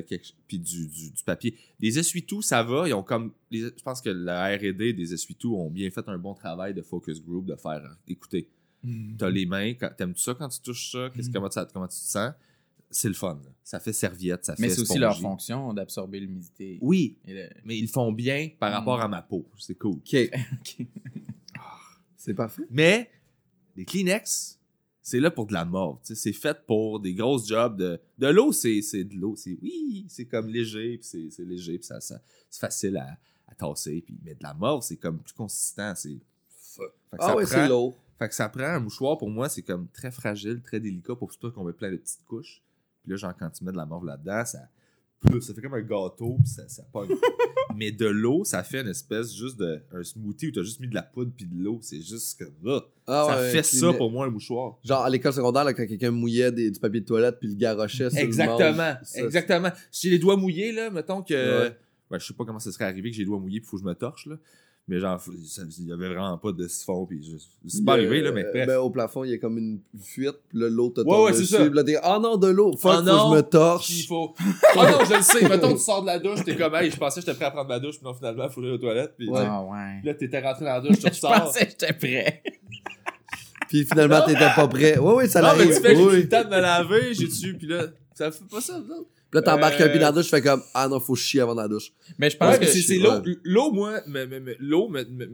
du papier. Les essuie-tout, ça va. Ils ont comme... je pense que la R&D des essuie-tout ont bien fait un bon travail de focus group, de faire... écoutez, t'as les mains, t'aimes-tu ça quand tu touches ça? Comment tu te sens? C'est le fun. Là. Ça fait serviette, ça Mais fait c'est aussi leur spongy. fonction d'absorber l'humidité. Oui, Et mais ils le font bien par rapport à ma peau. C'est cool. OK. Ok. C'est parfait. Mais les Kleenex, c'est là pour de la mort. C'est fait pour des grosses jobs de l'eau. C'est de l'eau. C'est comme léger, puis c'est léger, puis ça c'est facile à tasser. Puis, mais de la mort, c'est comme plus consistant. Fait que Ah ça ouais, prend- c'est lourd. Fait que ça prend un mouchoir, pour moi, c'est comme très fragile, très délicat pour ça qu'on met plein de petites couches. Puis là, genre, quand tu mets de la morve là-dedans, ça fait comme un gâteau, puis ça pogne. Mais de l'eau, ça fait une espèce juste de... un smoothie où t'as juste mis de la poudre puis de l'eau. C'est juste comme... Ah ça ouais, fait Kleenex. ça pour moi, un mouchoir. Genre à l'école secondaire, là, quand quelqu'un mouillait du papier de toilette puis le garochait sur le Exactement, manche, ça, exactement. Si j'ai les doigts mouillés, là, mettons que... Ouais. Ouais, je sais pas comment ça serait arrivé que j'ai les doigts mouillés puis faut que je me torche, là. Mais genre, il y avait vraiment pas de siphon, puis c'est pas arrivé, là, mais bref. Ben, au plafond, il y a comme une fuite, puis là, l'eau te Ouais, tombe ouais, c'est dessus. ça. Puis là, t'es ah non, de l'eau, fuck, Ah faut non, que je me Puis il torche. faut... Ah non, je le sais, mettons tu sors de la douche, t'es comme, hey, je pensais que j'étais prêt à prendre ma douche, puis non, finalement, il faut aller aux toilettes, puis Ouais. Ah ouais. là, t'étais rentré dans la douche, tu Je ressors. pensais que j'étais prêt. Puis finalement, t'étais pas prêt. Ouais, ouais, ça Non, mais l'arrive. tu fais, j'ai Oui. eu le temps de me laver, j'ai dessus, puis là, ça fait pas ça, non? Puis là, t'embarques un pied dans la Euh, douche, tu fais comme ah non, faut chier avant la douche. Mais je pense Ouais, que mais c'est ouais. l'eau. L'eau, moi, l'eau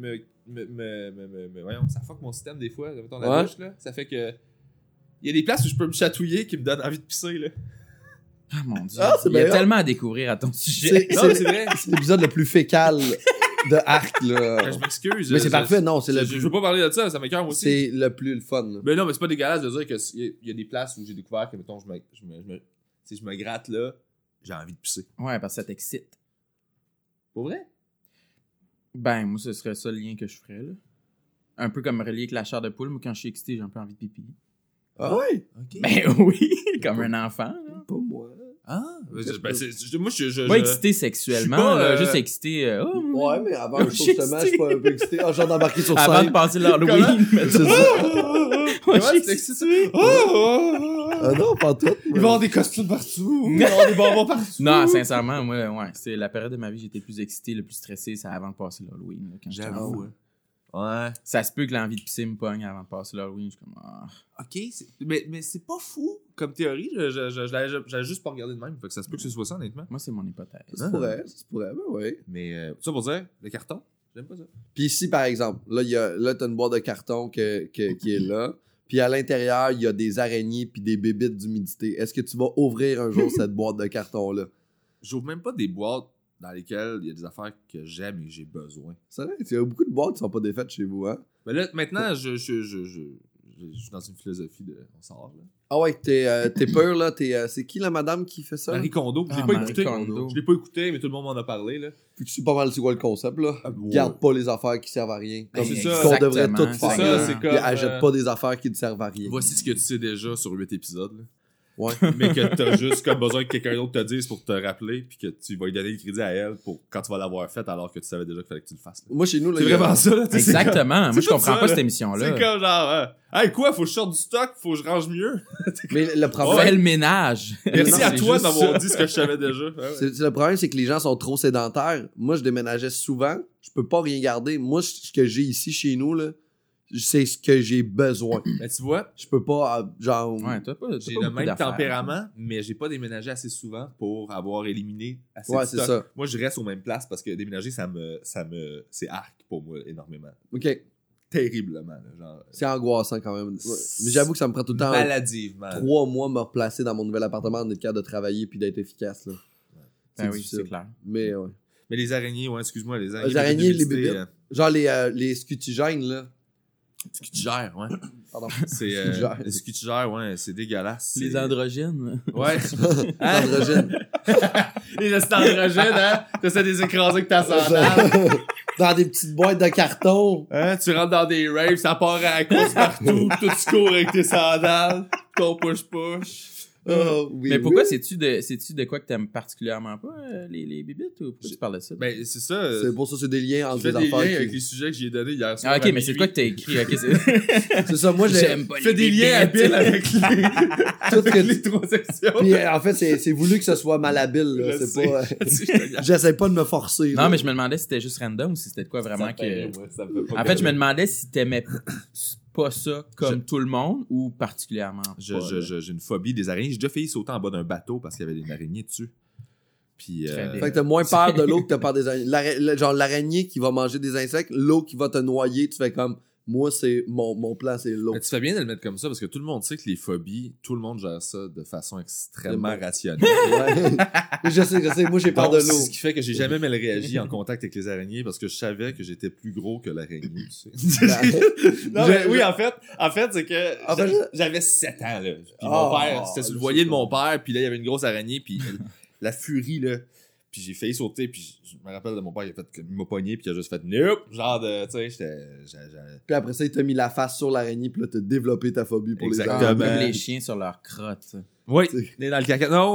voyons, ça fuck mon système des fois, mettons la Ouais. douche, là. Ça fait que... Il y a des places où je peux me chatouiller qui me donnent envie de pisser, là. Ah mon dieu. Ah, c'est Il y a bien. tellement à découvrir à ton sujet. Non, mais c'est vrai. C'est l'épisode le plus fécal de Arc, là. Je m'excuse. Mais c'est parfait, non, c'est le Je veux pas parler de ça, ça m'écoeure moi aussi. c'est le plus le fun. là. Mais non, mais c'est pas dégueulasse de dire qu'il y a des places où j'ai découvert que, mettons, si je me gratte là, j'ai envie de pisser. Ouais, parce que ça t'excite. Pour vrai? Ben, moi, ce serait ça le lien que je ferais, là. Un peu comme relié avec la chair de poule. Moi, quand je suis excité, j'ai un peu envie de pipi. Ah ouais? Ok. Ben oui, comme un enfant, là. Pas moi. Ah, moi, je Pas excité sexuellement, je suis pas, là, juste excité. Ouais, mais avant, Oh, je justement, je suis pas un peu excité. Ah, j'ai d'embarquer sur Avant de scène. passer l'Halloween, C'est mettons. ça. Comment j'ai tu excité? Oh! Ah non, pas tout. Il va y avoir des costumes partout. Il va y avoir des bonbons partout. Non, sincèrement, moi, ouais, c'est la période de ma vie, j'étais le plus excité, le plus stressé, c'est avant de passer l'Halloween. Là, quand j'étais J'avoue, enfant. hein. Ouais. Ça se peut que l'envie de pisser me pogne avant de passer l'Halloween. Je suis comme, ah. Ok, mais c'est pas fou comme théorie. J'avais juste pas regardé de même. Fait que ça se peut que ce soit ça, honnêtement. Moi, c'est mon hypothèse. Ça se pourrait, ben oui. Mais ça pour dire, le carton, j'aime pas ça. Puis ici, par exemple, là, t'as une boîte de carton qui est là. Puis à l'intérieur, il y a des araignées puis des bébites d'humidité. Est-ce que tu vas ouvrir un jour cette boîte de carton-là? J'ouvre même pas des boîtes dans lesquelles il y a des affaires que j'aime et que j'ai besoin. C'est vrai, il y a beaucoup de boîtes qui sont pas défaites chez vous, hein? Mais là, maintenant, je suis dans une philosophie de... On sort, là. Ah ouais, t'es peur, là. C'est qui la madame qui fait ça? Marie Kondo, je l'ai Ah, pas Marie écouté. Kondo. Je l'ai pas écouté, mais tout le monde m'en a parlé, là. Puis tu sais pas mal c'est quoi le concept, là. Ah, ouais. Garde pas les affaires qui servent à rien. Comme c'est ce ça. qu'on devrait Exactement, tout c'est faire. ça, là. c'est Puis comme, achète pas des affaires qui ne servent à rien. Voici ce que tu sais déjà sur 8 épisodes, là. Ouais. Mais que t'as juste comme besoin que quelqu'un d'autre te dise pour te rappeler, puis que tu vas lui donner le crédit à elle pour quand tu vas l'avoir fait alors que tu savais déjà qu'il fallait que tu le fasses. Là. Moi, chez nous, là, C'est il y a- vraiment ça, là. tu sais, c'est Exactement. Moi, c'est je comme comprends ça, pas là. cette émission-là. C'est comme genre, hey, quoi, faut que je sorte du stock, faut que je range mieux. Mais le Fais problème, le ménage. Merci Non, à c'est toi juste d'avoir ça. dit ce que je savais déjà. Ouais, ouais. c'est le problème, c'est que les gens sont trop sédentaires. Moi, je déménageais souvent. Je peux pas rien garder. Moi, ce que j'ai ici chez nous, là, c'est ce que j'ai besoin. Mais tu vois, Je peux pas, genre... Ouais, t'as pas. j'ai le même tempérament, mais j'ai pas déménagé assez souvent pour avoir éliminé assez Ouais, de c'est stock. ça. Moi, je reste aux mêmes places parce que déménager, c'est arc pour moi énormément. OK. Terriblement, là, genre. C'est angoissant quand même. Ouais. Mais j'avoue que ça me prend tout le temps Maladivement. 3 mois de me replacer dans mon nouvel appartement, d'être capable de travailler puis d'être efficace. Là. Ben oui, difficile. c'est clair. Mais ouais. Mais les araignées, ouais, excuse-moi, les araignées. Les araignées, les d'humidité, bébites. Genre les scutigènes, là. Scutigère, ouais. Pardon. C'est les scutigères, ouais, c'est dégueulasse. Les androgynes. Ouais. Androgyne. Les restes androgènes, hein? T'essaies de les écraser avec ta sandale. Dans des petites boîtes de carton. Hein? Tu rentres dans des raves, ça part à la course partout, tout tu cours avec tes sandales, ton push-push. Oh, oui, Mais pourquoi, oui. c'est-tu de quoi que t'aimes particulièrement pas, les bébites, ou pourquoi tu parles de ça? Ben, c'est ça. C'est pour ça, c'est des liens Je entre fais les des affaires. liens avec les sujets que j'ai donnés hier soir. Ah, ok, mais c'est de quoi que t'as écrit? Ok, c'est... C'est ça, moi, J'aime pas Je fais des liens habiles avec Tout avec que- les 3 sections. Puis, en fait, c'est voulu que ce soit malhabile, là. Je C'est sais, pas... je sais. J'essaie pas de me forcer. là. Non, mais je me demandais si c'était juste random ou si c'était de quoi vraiment Ça que... me fait, ouais, ça me fait pas En fait, je me rire. demandais si t'aimais pas ça comme tout le monde ou particulièrement pas. J'ai une phobie des araignées. J'ai déjà failli sauter en bas d'un bateau parce qu'il y avait des araignées dessus. Puis, Très bien. Fait que t'as moins peur de l'eau que t'as peur des araignées. Genre, l'araignée qui va manger des insectes, l'eau qui va te noyer, tu fais comme... Moi, c'est mon plan, c'est l'eau. mais tu fais bien de le mettre comme ça parce que tout le monde sait que les phobies, tout le monde gère ça de façon extrêmement Ouais. rationnelle. Ouais. Je sais. Moi, j'ai peur Donc, de l'eau. c'est ce qui fait que j'ai jamais mal réagi en contact avec les araignées parce que je savais que j'étais plus gros que l'araignée. Tu sais. Non, mais oui, en fait, c'est que En fait, j'avais 7 ans, là. Puis Oh, mon père, c'était sur le je voilier sais de pas. mon père, puis là, il y avait une grosse araignée, puis la furie, là. Puis j'ai failli sauter, puis je me rappelle de mon père, il m'a pogné, puis il a juste fait nope, genre de, tu sais, Puis après ça, il t'a mis la face sur l'araignée, puis là, t'as développé ta phobie pour Exactement. les Ah, araignées. comme les chiens sur leur crotte. Ça. Oui, T'sais. né dans le caca. Non,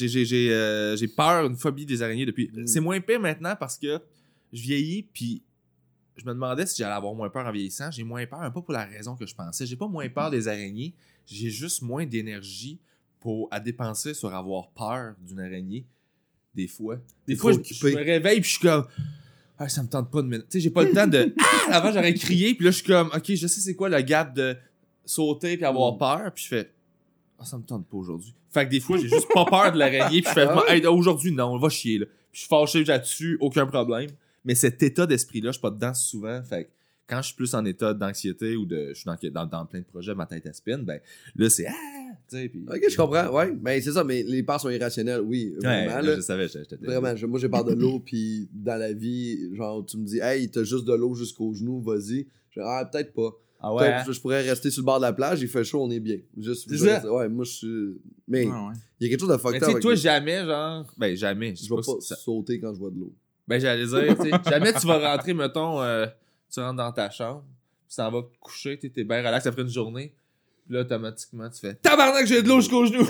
j'ai peur, une phobie des araignées depuis. C'est moins pire maintenant parce que je vieillis, puis je me demandais si j'allais avoir moins peur en vieillissant. J'ai moins peur, mais pas pour la raison que je pensais. J'ai pas moins peur des araignées, j'ai juste moins d'énergie à dépenser sur avoir peur d'une araignée. Des fois. Des fois, je me réveille, puis je suis comme. Ah, ça me tente pas de me. Tu sais, j'ai pas le temps de. Ah! Avant, j'aurais crié, puis là, je suis comme. Ok, je sais c'est quoi le gap de sauter puis avoir peur, puis je fais. Ah, ça me tente pas aujourd'hui. Fait que des fois, j'ai juste pas peur de l'araignée, puis je fais. Hey, aujourd'hui, non, on va chier, là. Puis je suis fâché là-dessus, aucun problème. Mais cet état d'esprit-là, je suis pas dedans souvent. Fait que quand je suis plus en état d'anxiété ou de. Je suis dans plein de projets, ma tête à spin, ben là, c'est. Ah! Tu sais, puis. Ok, je comprends, ouais. Mais c'est ça, mais les peurs sont irrationnelles, oui. Vraiment, Ouais, là. je savais, j'étais. Vraiment, moi j'ai peur de l'eau, puis dans la vie, genre, tu me dis, hey, t'as juste de l'eau jusqu'aux genoux, vas-y. Je dis, ah, peut-être pas. Ah Peut-être, je pourrais rester sur le bord de la plage, il fait chaud, on est bien. Juste, C'est je ça. reste- ouais, moi je suis. Mais il Ah, ouais. y a quelque chose de Mais fucked tu up. sais, avec toi, les- jamais, genre. Ben, jamais. Je vais pas ça- sauter quand je vois de l'eau. Ben, j'allais dire, tu sais, jamais tu vas rentrer, mettons, tu rentres dans ta chambre, tu t'en vas te coucher, t'es bien relax après une journée, puis là, automatiquement, tu fais tabarnak, j'ai de l'eau jusqu'aux genoux!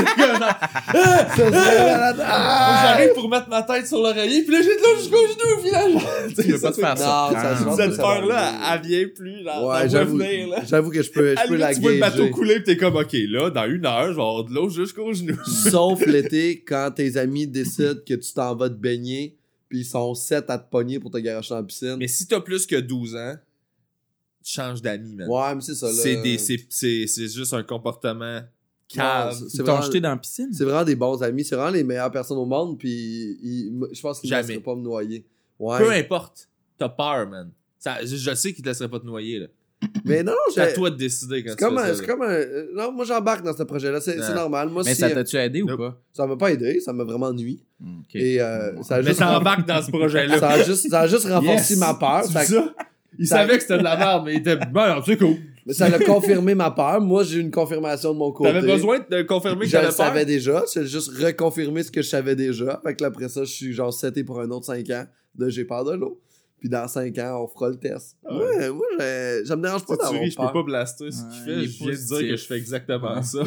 J'arrive pour mettre ma tête sur l'oreiller, puis là, j'ai de l'eau jusqu'aux genoux, puis là, Tu peux pas te faire ça. Non, ça se passe. cette ça va peur-là, venir. elle vient plus, là. Ouais, elle va j'avoue. venir, là. J'avoue que je peux À la limite, la tu vois le bateau gager. couler, pis t'es comme, ok, là, dans 1 heure, je vais avoir de l'eau jusqu'aux genoux. Sauf l'été, quand tes amis décident que tu t'en vas te baigner, puis ils sont 7 à te pogner pour te garocher dans la piscine. Mais si t'as plus que 12 ans, tu changes d'amis, man. Ouais, mais c'est ça, là. C'est juste un comportement cave. Non, Ils c'est t'ont vraiment, jeté dans la piscine. c'est vraiment des bons amis. C'est vraiment les meilleures personnes au monde, puis je pense qu'ils ne Jamais. laisseraient pas me noyer. Ouais. Peu importe. T'as peur, man. Je sais qu'ils te laisseraient pas te noyer, là. Mais non, C'est à j'ai... toi de décider quand C'est tu comme fais un, ça. c'est là. comme un... Non, moi j'embarque dans ce projet-là, c'est Ah. normal. Moi, Mais si, ça t'a-tu aidé ou Nope. pas? ça m'a pas aidé, ça m'a vraiment nuit. Ok. Et ça a Mais juste, t'embarques dans ce projet-là. ça a juste renforcé Yes. ma peur. C'est Fait que- ça? Il ça- savait que c'était de la merde, mais il était. Ben, c'est cool. mais ça a confirmé ma peur. Moi, j'ai eu une confirmation de mon côté. T'avais besoin de confirmer que Je le t'avais peur. savais déjà, c'est juste reconfirmer ce que je savais déjà. Fait que là, après ça, je suis genre seté pour un autre 5 ans de j'ai peur de l'eau. Puis dans 5 ans, on fera le test. Ah Ouais, moi, ça me dérange pas Tu d'avoir ris, je peux peur. pas blaster ce qu'il Ouais, fait. il est Je viens de dire positif. que je fais exactement Ouais. ça.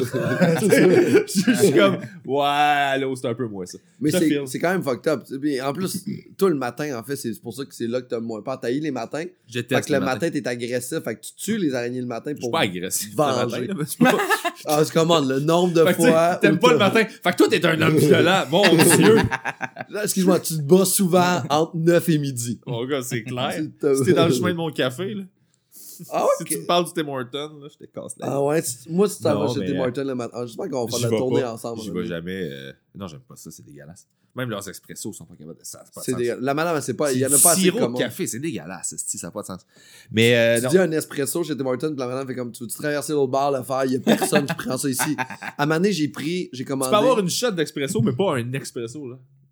Je suis comme, ouais, là, c'est un peu moins ça. Mais Je te file. c'est quand même fucked up. Puis en plus, toi, le matin, en fait, c'est pour ça que c'est là que t'as moins peur. T'as eu les matins. Je Fait teste que le matin, t'es agressif. Fait que tu tues les araignées le matin Je suis pour... pas agressif. venger. le matin, là, mais c'est pas- Ah, c'est comment? Le nombre de Fait que, tu sais, fois... t'aimes où pas le t'as- matin. Fait que toi, t'es un homme violent. Mon Dieu. Là, excuse-moi, tu te bats souvent entre 9 et midi. Mon gars, c'est clair. Tu te- Si t'es dans le chemin de mon café, là. Ah ouais? Si tu me parles du Tim Horton, là, je te casse la Ah ouais, moi, si t'en Non, vas chez mais, Tim Hortons le matin, j'espère qu'on va J'y faire la vais tournée pas. ensemble. J'y un vais moment. jamais. Non, j'aime pas ça, c'est dégueulasse. Même leurs expressos sont pas capables de ça. C'est dégueulasse. La madame, elle sait pas, il y en a pas assez de Sirop de commandes. café, c'est dégueulasse, ça n'a pas de sens. Mais Tu non. dis un espresso chez Tim Hortons, puis la madame fait comme, tu veux-tu traverser l'autre bar, le faire? Il y a personne qui prend ça ici. À un moment donné, j'ai Tu commandé... peux avoir une shot d'expresso, mais pas un expresso, là.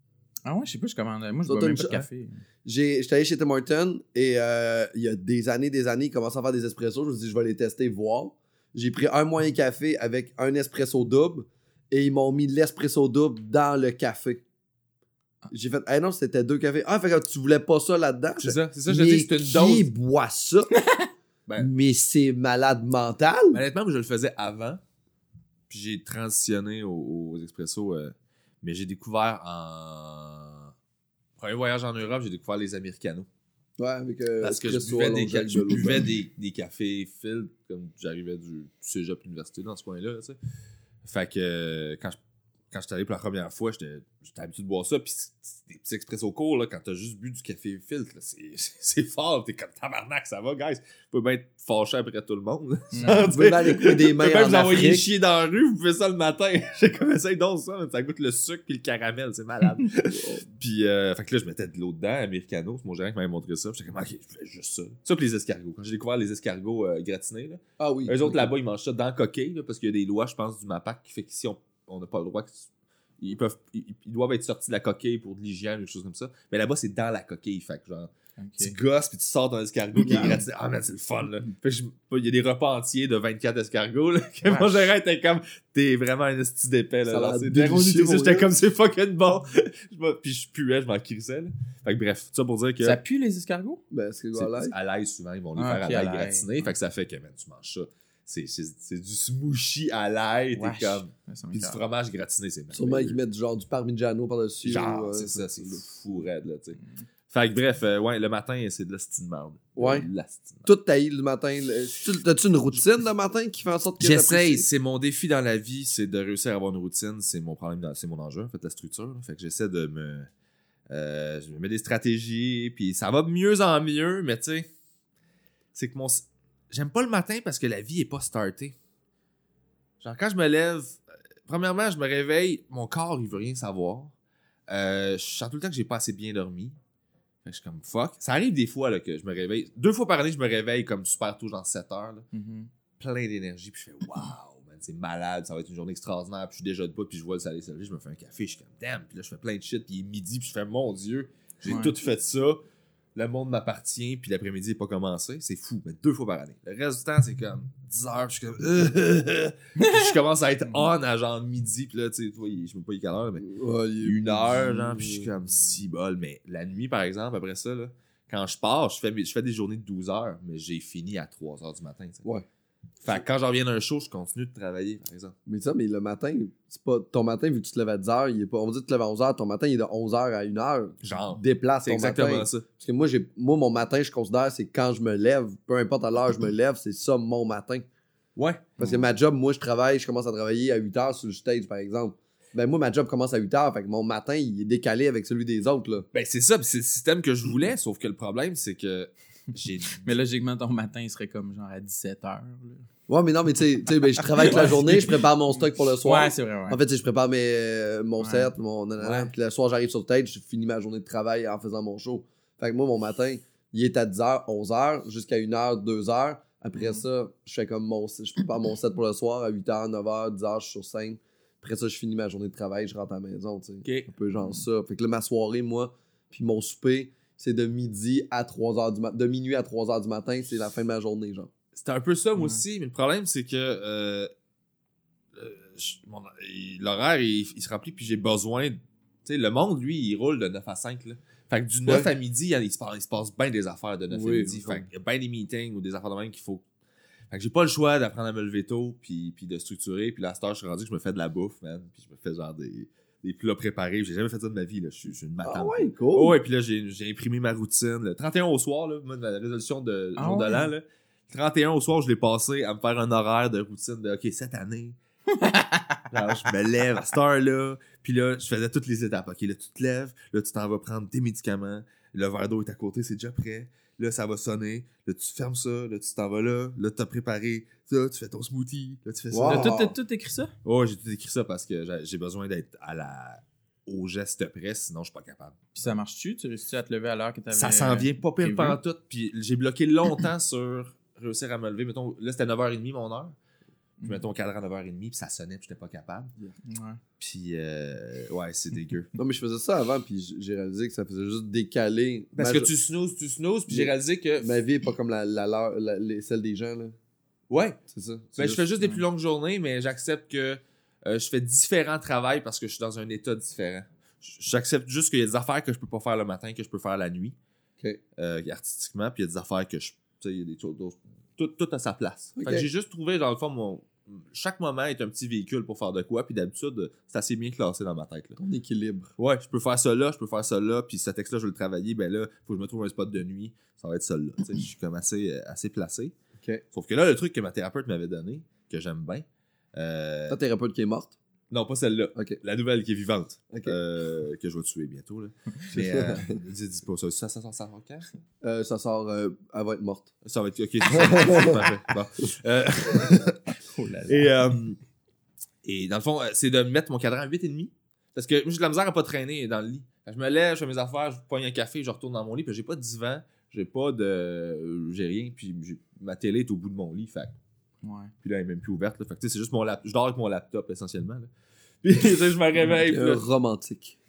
Ah ouais, je sais pas, je commande. Moi, je Toi, bois t'as même une pas de cha- café. J'étais allé chez Tim Hortons et il y a des années, ils commençaient à faire des espressos. Je me suis dit, je vais les tester, voir. J'ai pris un moyen café avec un espresso double et ils m'ont mis l'espresso double dans le café. J'ai fait, non, c'était 2 cafés. Ah, fait que tu voulais pas ça là-dedans? C'est ça, je te Mais dis que c'est une qui dose. boit ça? Ben, Mais c'est malade mental. honnêtement, moi, je le faisais avant. Puis j'ai transitionné aux expressos. Mais j'ai découvert en. Premier voyage en Europe, j'ai découvert les Americanos. Ouais, avec Parce que je espresso buvais, à des, l'ongèle je de l'eau. buvais des cafés filtres comme j'arrivais du cégep l'université dans ce coin-là. Tu sais. Fait que quand je suis allé pour la première fois, j'étais habitué de boire ça. Puis c'est des petits expressos courts, là, quand t'as juste bu du café filtre, là, c'est fort. T'es comme tabarnak, ça va, guys. Vous pouvez bien être fâché après tout le monde. Vous pouvez aller couper des mains Vous pouvez même en vous envoyer Afrique. chier dans la rue, vous pouvez ça le matin. J'ai comme essayé donc ça, mais ça goûte le sucre puis le caramel, c'est malade. Puis, fait que là, je mettais de l'eau dedans, Americano, c'est mon gérant qui m'avait montré ça. Puis j'étais comme, ok, je fais juste ça. Ça, puis les escargots. Quand j'ai découvert les escargots gratinés, là, Ah oui. eux autres là-bas, ils mangent ça dans la coquille, là, parce qu'il y a des lois, je pense, du MAPAC qui fait qu'ici, on n'a pas le droit. Ils doivent être sortis de la coquille pour de l'hygiène ou quelque chose comme ça. Mais là-bas, c'est dans la coquille. Fait que genre, tu gosses puis tu sors d'un escargot qui est gratiné. Ah, man, c'est le fun, là. Fait que il y a des repas entiers de 24 escargots, là. Que mon gérant était comme, t'es vraiment un esti d'épais, là. Ça a Genre, l'air c'est délicieux, déronité, ça. mon J'étais gars. comme, c'est fucking bon. Puis je puais, je m'en crissais, là. Fait que bref, ça pour dire que. Ça pue les escargots? Ben, c'est C'est quoi là? à l'ail, souvent, ils vont les Ah, faire ok, à l'ail à l'ail. gratiné. Fait que ça fait que, man, tu manges ça. C'est du smooshy à l'ail. T'es Wesh. comme. Ouais, ça Puis du m'écoeure. fromage gratiné, c'est Sûrement merveilleux. qu'ils mettent du genre du parmigiano par-dessus. Genre, ou, c'est ça, c'est le- fou raide, là, tu sais. Fait que bref, ouais, le matin, c'est de la stine marde. Ouais. De la stine marde. Toute ta île le matin. T'as-tu une routine le matin qui fait en sorte que J'essaye, t'apprécies? c'est mon défi dans la vie, c'est de réussir à avoir une routine, c'est mon problème, c'est mon enjeu, en fait, la structure. Là. Fait que j'essaie de je me mets des stratégies, puis ça va de mieux en mieux, mais tu sais, c'est que j'aime pas le matin parce que la vie est pas startée. Genre, quand je me lève, premièrement, je me réveille, mon corps, il veut rien savoir. Je sens tout le temps que j'ai pas assez bien dormi. Fait que je suis comme fuck. Ça arrive des fois là, que je me réveille. 2 fois par année, je me réveille comme super tôt, genre 7 heures. Là, plein d'énergie. Puis je fais waouh, man, c'est malade. Ça va être une journée extraordinaire. Puis je suis déjà debout. Puis je vois le soleil se lever. Je me fais un café. Je suis comme damn. Puis là, je fais plein de shit. Puis il est midi. Puis je fais mon Dieu, j'ai Ouais. tout fait ça. Le monde m'appartient. Puis l'après-midi n'est pas commencé. C'est fou. Mais 2 fois par année. Le reste du temps, c'est comme 10 heures. Puis je suis comme. Puis je commence à être on à genre midi. Puis là, tu sais, je sais pas quelle heure, mais. Ouais, il est 1 heure, midi, genre, puis je suis comme si bol. Mais la nuit, par exemple, après ça, là, quand je pars, je fais des journées de 12 heures, mais j'ai fini à 3 heures du matin. Tu sais. Ouais. Fait que quand je reviens d'un show, je continue de travailler, par exemple. Mais ça, mais le matin, c'est pas. Ton matin, vu que tu te lèves à 10 h, il est pas. On dit que tu te lèves à 11 h, ton matin, il est de 11 h à 1 h. Genre. Déplace C'est ton exactement matin. ça. Parce que moi, mon matin, je considère, c'est quand je me lève, peu importe à l'heure je me lève, c'est ça mon matin. Ouais. Parce que ma job, moi, je commence à travailler à 8 h sur le stage, par exemple. Ben, moi, ma job commence à 8 h, fait que mon matin, il est décalé avec celui des autres, là. Ben, c'est ça, pis c'est le système que je voulais, sauf que le problème, c'est que j'ai. Mais logiquement, ton matin, il serait comme genre à 17h. Ouais, mais non, mais tu sais, ben, je travaille toute la journée, je prépare mon stock pour le soir. Ouais, c'est vrai, ouais. En fait, tu sais, je prépare mon Ouais. set, mon nanana, Ouais. puis le soir, j'arrive sur le stage, je finis ma journée de travail en faisant mon show. Fait que moi, mon matin, il est à 10 h, 11 h, jusqu'à 1 h, 2 h. Après ça, je fais comme je prépare mon set pour le soir à 8 h, 9 h, 10 h, je suis sur scène. Après ça, je finis ma journée de travail, je rentre à la maison, tu sais. Ok. Un peu genre ça. Fait que là, ma soirée, moi, puis mon souper, c'est de midi à 3 h du matin. De minuit à 3 h du matin, c'est la fin de ma journée, genre. C'était un peu ça, moi Ouais. aussi, mais le problème, c'est que l'horaire, il se remplit, puis j'ai besoin. Tu sais, le monde, lui, il roule de 9 à 5. Là. Fait que du 9 Ouais. à midi, il se passe bien des affaires de 9 à Oui, midi. oui. Fait qu'il y a bien des meetings ou des affaires de même qu'il faut. Fait que j'ai pas le choix d'apprendre à me lever tôt, puis de structurer. Puis là, à cette heure, je suis rendu que je me fais de la bouffe, man. Puis je me fais genre des plats préparés. J'ai jamais fait ça de ma vie, là. Je suis une matante. Ah ouais, cool. Oh, ouais, puis là, j'ai imprimé ma routine. Le 31 au soir, là, moi, la résolution de Ah jour de ouais? l'an, là. Le 31 au soir, je l'ai passé à me faire un horaire de routine de OK, cette année. Alors, je me lève à cette heure-là. Puis là, je faisais toutes les étapes. OK, là, tu te lèves. Là, tu t'en vas prendre tes médicaments. Le verre d'eau est à côté, c'est déjà prêt. Là, ça va sonner. Là, tu fermes ça. Là, tu t'en vas là. Là, tu as préparé ça. Tu fais ton smoothie. Là, tu fais ça. Wow. Là, T'as tout écrit ça? Oh, j'ai tout écrit ça parce que j'ai besoin d'être au geste près, sinon je suis pas capable. Puis ça marche-tu? Tu réussis à te lever à l'heure que t'avais... Ça s'en vient pas pire prévu? pantoute. Puis j'ai bloqué longtemps sur réussir à me lever. Mettons, là, c'était 9h30 mon heure. Je mettais mon cadran à 9h30, puis ça sonnait, puis j'étais pas capable. Ouais. Puis, ouais, c'est dégueu. Non, mais je faisais ça avant, puis j'ai réalisé que ça faisait juste décaler. Parce que tu snoozes, puis j'ai réalisé que. Ma vie est pas comme celle des gens, là. Ouais. C'est ça. Ben, je fais juste des plus longues journées, mais j'accepte que je fais différents travails parce que je suis dans un état différent. J'accepte juste qu'il y a des affaires que je peux pas faire le matin, que je peux faire la nuit. OK. Artistiquement, puis il y a des affaires que je. Tu sais, il y a des choses d'autres. Tout à sa place. OK. Fait que j'ai juste trouvé, dans le fond, chaque moment est un petit véhicule pour faire de quoi, puis d'habitude, c'est assez bien classé dans ma tête. Là. Ton équilibre. Ouais, je peux faire ça là, je peux faire ça là, puis ce texte-là, je veux le travailler, ben là, faut que je me trouve un spot de nuit, ça va être ça là. Tu sais, je suis comme assez placé. OK. Sauf que là, le truc que ma thérapeute m'avait donné, que j'aime bien. Ta thérapeute qui est morte? Non, pas celle-là. OK. La nouvelle qui est vivante. OK. Que je vais tuer bientôt. Là. Mais dis pas ça. Ça sort quand? Ça sort... elle va être morte. Ça va être. Ok, c'est ça. Parfait. Bon. Oh là là. Et dans le fond, c'est de mettre mon cadran à 8h30. Parce que moi, j'ai de la misère à pas traîner dans le lit. Quand je me lève, je fais mes affaires, je pogne un café, je retourne dans mon lit, puis j'ai pas de divan, j'ai rien, puis ma télé est au bout de mon lit. Fait Ouais. puis là, elle est même plus ouverte. Là. Fait que tu sais, c'est juste je dors avec mon laptop essentiellement. Là. Puis tu sais, je me réveille. Puis là, Romantique.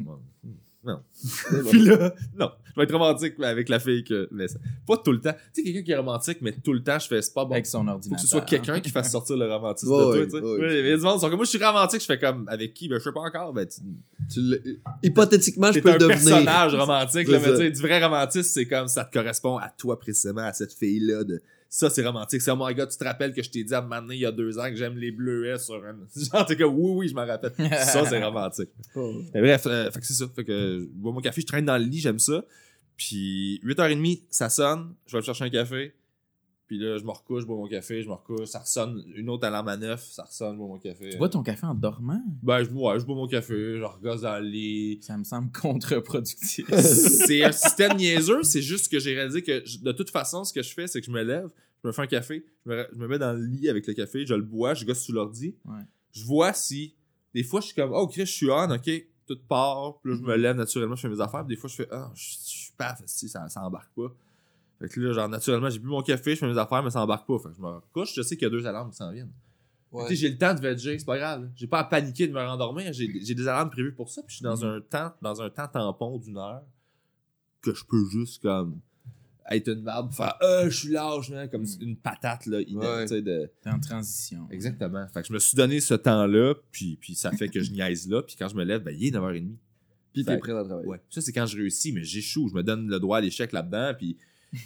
non. Puis là, non. Je vais être romantique avec la fille que. Mais pas tout le temps. Tu sais, quelqu'un qui est romantique, mais tout le temps, je fais c'est pas bon. Avec son Faut ordinateur. que ce soit quelqu'un qui fasse sortir le romantisme Ouais, de toi, tu sais. ouais. Ouais, il y a du monde qui sont comme moi, je suis romantique, je fais comme avec qui? Ben, je sais pas encore. Ben, Hypothétiquement, je t'es peux un le devenir. personnage romantique, là, C'est mais ça. tu sais, du vrai romantisme, c'est comme ça te correspond à toi précisément, à cette fille-là. Ça, c'est romantique. C'est, oh my god, tu te rappelles que je t'ai dit à un moment donné, il y a 2 ans, que j'aime les bleuets sur un. Genre, t'es comme, oui, je m'en rappelle. Ça, c'est romantique. Oh. Mais bref, fait que c'est ça. Fait que je bois mon café, je traîne dans le lit, j'aime ça. Puis 8h30, ça sonne, je vais aller chercher un café. Puis là, je me recouche, je bois mon café, je me recouche, ça ressonne, une autre alarme à 9, ça ressonne, je bois mon café. Tu bois ton café en dormant? Ben, je bois mon café, je regosse dans le lit. Ça me semble contre-productif. C'est un système niaiseux, c'est juste que j'ai réalisé que de toute façon, ce que je fais, c'est que je me lève, je me fais un café, je me mets dans le lit avec le café, je le bois, je gosse sous l'ordi. Ouais. Je vois si. Des fois, je suis comme, oh, Chris, je suis on, ok, tout part, puis là, je me lève naturellement, je fais mes affaires, puis des fois, je fais, ah, je suis paf, si, ça embarque pas. Fait que là, genre, naturellement, j'ai bu mon café, je fais mes affaires, mais ça embarque pas. Fait que je me couche, je sais qu'il y a 2 alarmes qui s'en viennent. Ouais. Tu sais, j'ai le temps de veger, c'est pas grave. J'ai pas à paniquer de me rendormir. J'ai des alarmes prévues pour ça, puis je suis dans un temps tampon d'1 heure que je peux juste comme être une barbe, faire je suis lâche, hein, comme une patate là, Ouais. tu sais de. T'es en transition. Exactement. Fait que je me suis donné ce temps-là, puis ça fait que je niaise là, puis quand je me lève, ben il est 9h30. Puis Fait t'es que- prêt à travailler. Ouais. Ça c'est quand je réussis, mais j'échoue, je me donne le droit à l'échec là-dedans, puis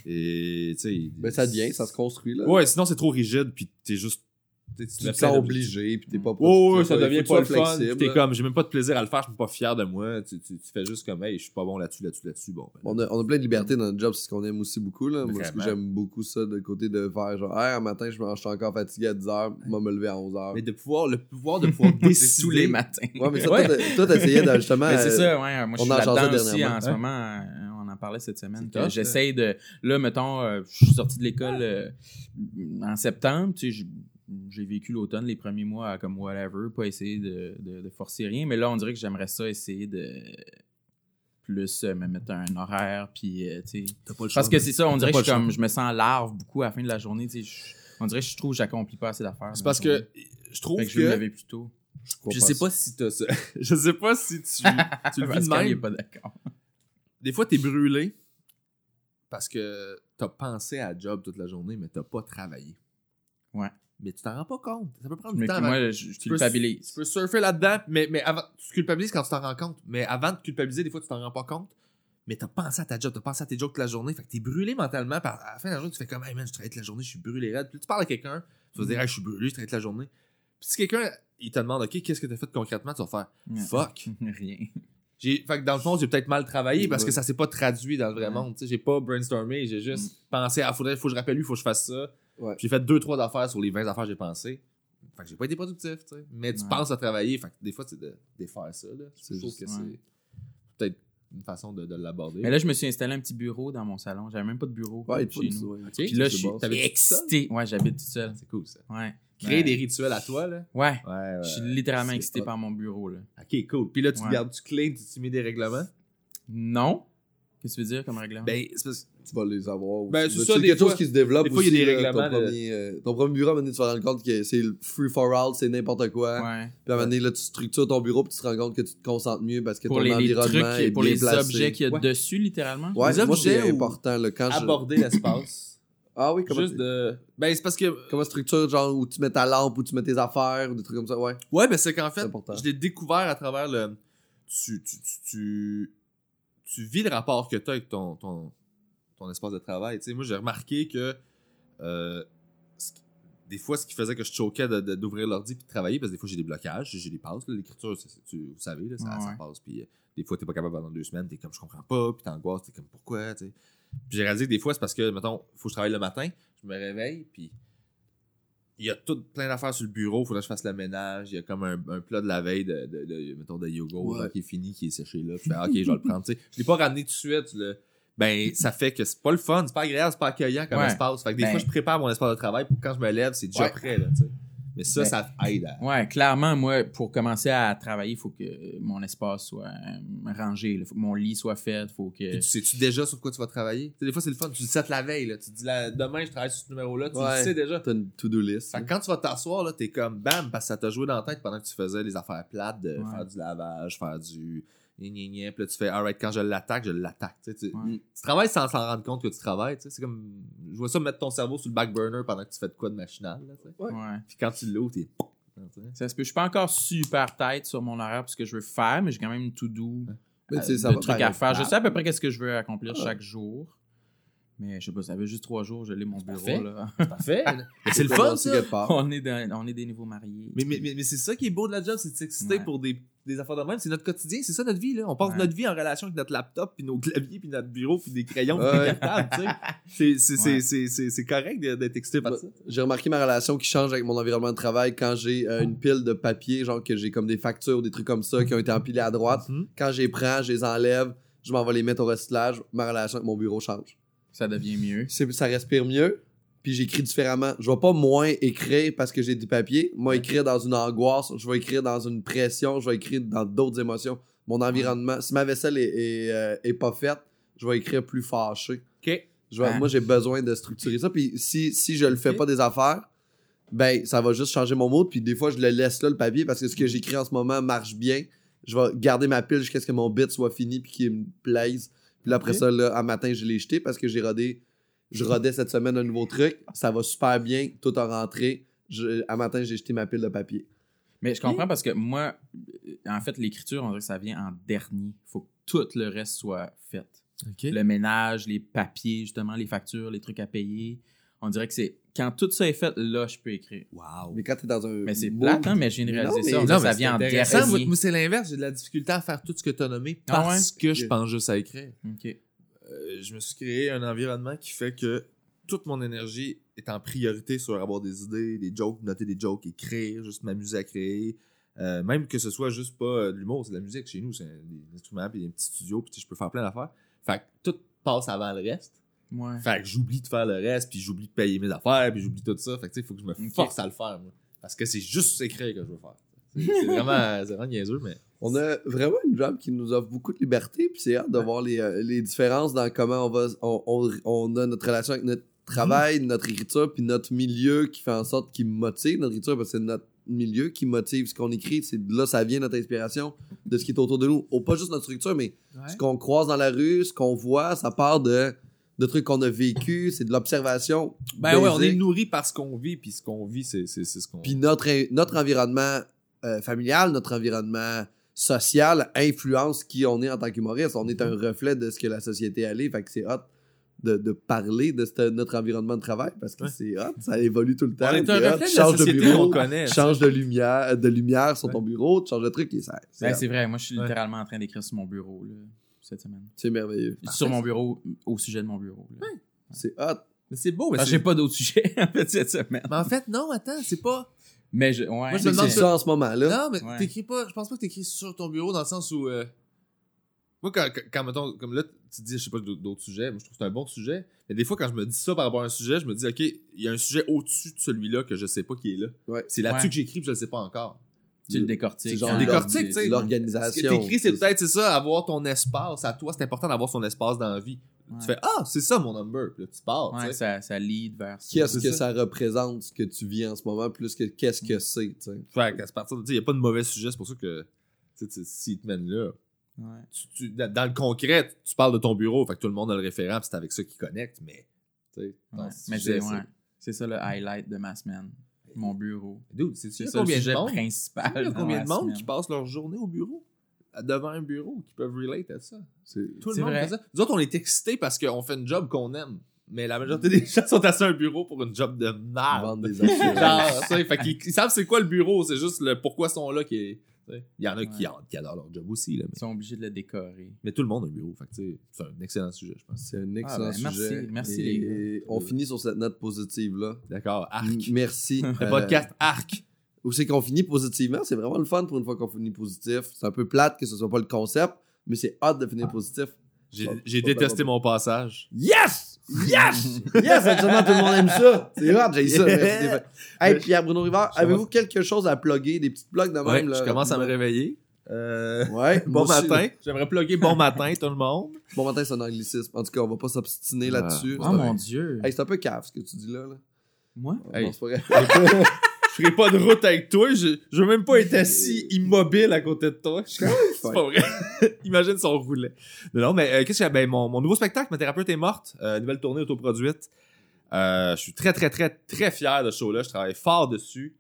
et tu sais. Ben, ça devient, ça se construit, là. Ouais, sinon c'est trop rigide, puis t'es juste. Tu mets te plein sens d'objectifs. obligé, puis t'es pas Oh, ouais, productif, ça là. Il devient faut que pas le tu sois fun. flexible, Puis t'es là. comme, j'ai même pas de plaisir à le faire, je suis pas fier de moi. Tu fais juste comme, hey, je suis pas bon là-dessus. Bon, ben, On a plein de liberté dans notre job, c'est ce qu'on aime aussi beaucoup. Là. Moi, parce que Vraiment. j'aime beaucoup ça, de côté de faire genre, hey, un matin, je suis encore fatigué à 10h, je vais me lever à 11h. mais le pouvoir de pouvoir décider. Tous les matins. Ouais, mais ça, toi, t'essayais de justement. Mais c'est ça, ouais. Moi, je on suis en jasait là-dedans aussi dernièrement. en ce moment. On en parlait cette semaine. C'est que tough, j'essaye de. Là, mettons, je suis sorti de l'école en septembre. Tu sais, j'ai vécu l'automne, les premiers mois, comme whatever, pas essayer de forcer rien. Mais là, on dirait que j'aimerais ça essayer de plus me mettre un horaire. Puis, tu sais. T'as pas le choix. Parce que c'est ça, on dirait pas que je, le choix. comme, je me sens larve beaucoup à la fin de la journée. Tu sais, on dirait que je trouve que j'accomplis pas assez d'affaires. C'est dans la parce que journée. je trouve Fait que je vais me que. lever plus tôt. Je sais pas si t'as ça. Je sais pas si tu le vis de Pascal, il est même. pas d'accord. Des fois, t'es brûlé parce que t'as pensé à la job toute la journée, mais t'as pas travaillé. Ouais. Mais tu t'en rends pas compte. Ça peut prendre Mais du temps. puis avant- moi, je Tu peux- culpabilise. Tu peux surfer là-dedans, mais avant, tu culpabilises quand tu t'en rends compte. Mais avant de culpabiliser, des fois, tu t'en rends pas compte. Mais t'as pensé à ta job, t'as pensé à tes jobs toute la journée. Fait que t'es brûlé mentalement. Puis à la fin de la journée, tu fais comme, hey man, je travaille toute la journée, je suis brûlé raide. Puis tu parles à quelqu'un, tu vas dire, hey, je suis brûlé, je travaille toute la journée. Puis si quelqu'un, il te demande, OK, qu'est-ce que t'as fait concrètement, tu vas faire, fuck. Rien. Fait que dans le fond, j'ai peut-être mal travaillé parce que Ouais. ça s'est pas traduit dans le vrai Ouais. monde. Tu sais, j'ai pas brainstormé, j'ai juste pensé, faut que je rappelle lui, faut que je fasse ça. Ouais. Puis j'ai fait 2-3 affaires sur les 20 affaires que j'ai pensé. Fait que j'ai pas été productif, tu sais. Mais tu Ouais. penses à travailler, fait que des fois, c'est de défaire ça, là. C'est Je trouve juste- que ouais. c'est peut-être une façon de l'aborder. Mais là, je me suis installé un petit bureau dans mon salon. J'avais même pas de bureau Ouais, chez nous. Ok. Puis là, c'est je suis bon, ça. T'habites excité. Ouais, j'habite tout seul. C'est cool, ça. Ouais. Créer Ouais. des rituels à toi, là. Ouais. Ouais, Je suis littéralement c'est excité hot. par mon bureau, là. Ok, cool. Puis là, tu te Ouais. gardes-tu clean, tu mets des règlements? Non. Qu'est-ce que tu veux dire comme règlement? Ben, c'est parce que Tu vas les avoir aussi. Ben, c'est ça, C'est des quelque fois- chose qui se développe des fois, il y a aussi, des là, règlements ton premier bureau, à un moment donné, tu te rends compte que c'est le free for all, c'est n'importe quoi. Ouais. Puis à un moment donné, là, tu structures ton bureau puis tu te rends compte que tu te concentres mieux parce que Pour ton les environnement est trucs, pour bien les placé. objets qu'il y a Ouais. dessus, littéralement. Ouais, Les moi, objets c'est ou important. Là, quand aborder l'espace. Ah oui, comment Juste de. Ben, c'est parce que. comment structure, genre, où tu mets ta lampe, où tu mets tes affaires, ou des trucs comme ça, ouais. Ouais, ben, c'est qu'en fait, C'est important. je l'ai découvert à travers le. Tu vis le rapport que tu as avec ton espace de travail. Tu sais, moi, j'ai remarqué que. Des fois, ce qui faisait que je choquais d'ouvrir l'ordi puis de travailler, parce que des fois, j'ai des blocages, j'ai des passes. Là, l'écriture, vous savez, là, ça Ouais. passe. Puis des fois, t'es pas capable pendant 2 semaines, t'es comme, je comprends pas, puis t'angoisses, t'es comme, pourquoi, tu sais. Puis j'ai réalisé que des fois, c'est parce que, mettons, faut que je travaille le matin, je me réveille, puis il y a tout plein d'affaires sur le bureau, faudrait que je fasse le ménage, il y a comme un plat de la veille mettons, de yoga Ouais. là, qui est fini, qui est séché là. Je fais, ok, je vais le prendre, tu sais. Je l'ai pas ramené tout de suite, ben, ça fait que c'est pas le fun, c'est pas agréable, c'est pas accueillant comme Ouais. espace. Fait que des Ben- fois, je prépare mon espace de travail pour que quand je me lève, c'est déjà Ouais. prêt, là, tu sais. Mais ça, Ben- ça aide à. Ouais, clairement, moi, pour commencer à travailler, il faut que mon espace soit rangé. Il faut que mon lit soit fait. Faut que. Puis tu sais-tu déjà sur quoi tu vas travailler? Tu sais, des fois, c'est le fun. Tu le sais la veille, là. Tu te dis, demain, je travaille sur ce numéro-là. Tu Ouais. le sais déjà. T'as une to-do list. Fait que quand tu vas t'asseoir, là, t'es comme bam, parce que ça t'a joué dans la tête pendant que tu faisais les affaires plates de Ouais. faire du lavage, faire du puis là tu fais alright, quand je l'attaque, je l'attaque. Tu sais, Ouais. tu travailles sans s'en rendre compte que tu travailles. Tu sais, c'est comme. Je vois ça mettre ton cerveau sur le back burner pendant que tu fais de quoi de machinal. Là, tu sais. Ouais. Ouais. Puis quand tu l'ouvres, t'es. Tu sais. Ça se peut. Je suis pas encore super tête sur mon horaire parce que je veux faire, mais j'ai quand même une to-do Mais tu sais, ça de va trucs à paraître faire. Je plate. sais à peu près qu'est-ce que je veux accomplir Ah. chaque jour. Mais je sais pas, ça fait juste 3 jours, je l'ai mon bureau. Parfait. Là. Parfait. Mais c'est le Faut fun, commencer ça. quelque part. on est des nouveaux mariés. Mais c'est ça qui est beau de la job, c'est de s'exciter Ouais. pour des affaires de même. C'est notre quotidien, c'est ça notre vie. Là. On passe Ouais. notre vie en relation avec notre laptop, puis nos claviers, puis notre bureau, puis des crayons, puis Ouais. des cartables. Tu sais. Ouais. C'est correct d'être excité par ça. J'ai remarqué ma relation qui change avec mon environnement de travail quand j'ai une pile de papier, genre que j'ai comme des factures, des trucs comme ça qui ont été empilés à droite. Mhm. Quand je les prends, je les enlève, je m'en vais les mettre au recyclage, ma relation avec mon bureau change. Ça devient mieux. Ça respire mieux, puis j'écris différemment. Je vais pas moins écrire parce que j'ai du papier. Moi, écrire dans une angoisse, je vais écrire dans une pression, je vais écrire dans d'autres émotions. Mon environnement, si ma vaisselle est pas faite, je vais écrire plus fâché. OK. Ah. Moi, j'ai besoin de structurer ça. Puis si je le fais Ok. pas des affaires, ben, ça va juste changer mon mood. Puis des fois, je le laisse là, le papier, parce que ce que j'écris en ce moment marche bien. Je vais garder ma pile jusqu'à ce que mon bit soit fini puis qu'il me plaise. Puis là, après Ok. ça, là, à matin, je l'ai jeté parce que je rodais cette semaine un nouveau truc. Ça va super bien. Tout a rentré. À matin, j'ai jeté ma pile de papier. Mais je comprends parce que moi, en fait, l'écriture, on dirait que ça vient en dernier. Il faut que tout le reste soit fait. OK. Le ménage, les papiers, justement, les factures, les trucs à payer. On dirait que c'est quand tout ça est fait, là, je peux écrire. Wow. Mais quand t'es dans un. Mais c'est mood- plate, hein, mais je viens de Mais non, réaliser mais- ça. On non, dirait que mais ça c'est vient en intéressant. dernier. Moi, c'est l'inverse. J'ai de la difficulté à faire tout ce que tu as nommé Ah parce que je pense juste à écrire. OK. Je me suis créé un environnement qui fait que toute mon énergie est en priorité sur avoir des idées, des jokes, noter des jokes, écrire, juste m'amuser à créer. Même que ce soit juste pas de l'humour, c'est de la musique chez nous, c'est des instruments, puis un petit studio, puis je peux faire plein d'affaires. Fait que tout passe avant le reste. Ouais. Fait que j'oublie de faire le reste, puis j'oublie de payer mes affaires, puis j'oublie tout ça. Fait que tu sais, il faut que je me force à le faire, moi. Parce que c'est juste écrire que je veux faire. C'est vraiment niaiseux, mais. On a vraiment une job qui nous offre beaucoup de liberté, puis c'est hâte de voir les différences dans comment on a notre relation avec notre travail, notre écriture, puis notre milieu qui fait en sorte qu'il motive notre écriture, parce que c'est notre milieu qui motive ce qu'on écrit. C'est de là ça vient notre inspiration de ce qui est autour de nous. Pas juste notre structure, mais ce qu'on croise dans la rue, ce qu'on voit, ça part de trucs qu'on a vécu, c'est de l'observation. Ben ouais, on est basique. nourri par ce qu'on vit, puis ce qu'on vit, c'est ce qu'on. Puis notre environnement familial, notre environnement social influence qui on est en tant qu'humoriste. On est un reflet de ce que la société allait. Fait que c'est hot de parler de notre environnement de travail parce que Ouais. c'est hot, ça évolue tout le temps. On est C'est un hot. reflet Tu de la changes société bureau, qu'on connaît. tu changes de lumière sur ton bureau, tu changes de truc et ça. Ben, hot. c'est vrai, moi, je suis Ouais. littéralement en train d'écrire sur mon bureau là, cette semaine. C'est merveilleux. Sur mon bureau, au sujet de mon bureau. Là. C'est hot. Mais c'est beau, mais Parce que j'ai pas d'autres sujets, en fait, cette semaine. Mais en fait, non, attends, c'est pas. Mais je, ouais, Moi, je me C'est demande ça en ce moment-là. Non, mais Ouais. t'écris pas. Je pense pas que t'écris sur ton bureau dans le sens où. Moi, quand mettons, comme là, tu dis, je sais pas, d'autres sujets, moi, je trouve que c'est un bon sujet. Mais des fois, quand je me dis ça par rapport à un sujet, je me dis, OK, il y a un sujet au-dessus de celui-là que je sais pas qui est là. Ouais. C'est là-dessus Ouais. que j'écris, puis je le sais pas encore. Tu le décortiques. C'est genre hein. décortique, tu sais. l'organisation. Ce qui est écrit, c'est peut-être ça, avoir ton espace. À toi, c'est important d'avoir son espace dans la vie. Ouais. Tu fais, ah, c'est ça mon number. Puis là, tu pars. Ouais, tu sais. ça lead vers ça. Qu'est-ce C'est que ça représente, ce que tu vis en ce moment, plus que qu'est-ce que c'est, tu sais. Fait qu'à partir de, il n'y a pas de mauvais sujet. C'est pour ça que, s'il te mène là, Ouais. dans le concret, tu parles de ton bureau. Fait que tout le monde a le référent. Puis c'est avec ça qu'ils connectent. Mais, tu sais, dans Ouais. ce Mais sujet, c'est ça le highlight de ma semaine. Mon bureau. Dude, C'est c'est ça le combien de sujet monde? principal. Il y a dans combien la de monde semaine. qui passent leur journée au bureau? Devant un bureau, qui peuvent relate à ça. Tout le C'est monde vrai. fait ça. Nous autres, on est excités parce qu'on fait une job qu'on aime. Mais la majorité des gens sont assis à un bureau pour une job de merde. Vendre des assurances. Genre, tu sais, fait qu'ils ils savent c'est quoi le bureau, c'est juste le pourquoi ils sont là qui est. Tu sais. Il y en a qui adorent leur job aussi, là, Ils sont obligés de le décorer. mais tout le monde a un bureau. Fait que, tu sais, c'est un excellent sujet, je pense. C'est un excellent ben, merci. sujet. Merci, Et les gars. on finit sur cette note positive-là. D'accord. Arc. Merci. Le podcast Arc. Où c'est qu'on finit positivement, c'est vraiment le fun pour une fois qu'on finit positif. C'est un peu plate que ce soit pas le concept, mais c'est hâte de finir positif. J'ai détesté mon passage. Yes! Yes! Yes! Actuellement, tout le monde aime ça. C'est hot, j'ai ça. Merci. Hey, Pierre-Bruno Rivard, avez-vous quelque chose à plugger? Des petites plugs de Ouais, même? Là, je commence à me rapidement? réveiller. Ouais. Bon moi aussi, matin. là. J'aimerais plugger bon matin, tout le monde. Bon matin, c'est un anglicisme. En tout cas, on va pas s'obstiner Ah. là-dessus. Oh mon Dieu. Hey, c'est un peu cave ce que tu dis là. Moi? Hey. Non, c'est pas vrai. Je ferai pas de route avec toi. Je veux même pas être assis immobile à côté de toi. C'est pas vrai. Imagine si on roulait. Non, mais qu'est-ce que j'ai? Ben, mon nouveau spectacle, Ma thérapeute est morte. Nouvelle tournée autoproduite. Je suis très, très, très, très fier de ce show-là. Je travaille fort dessus.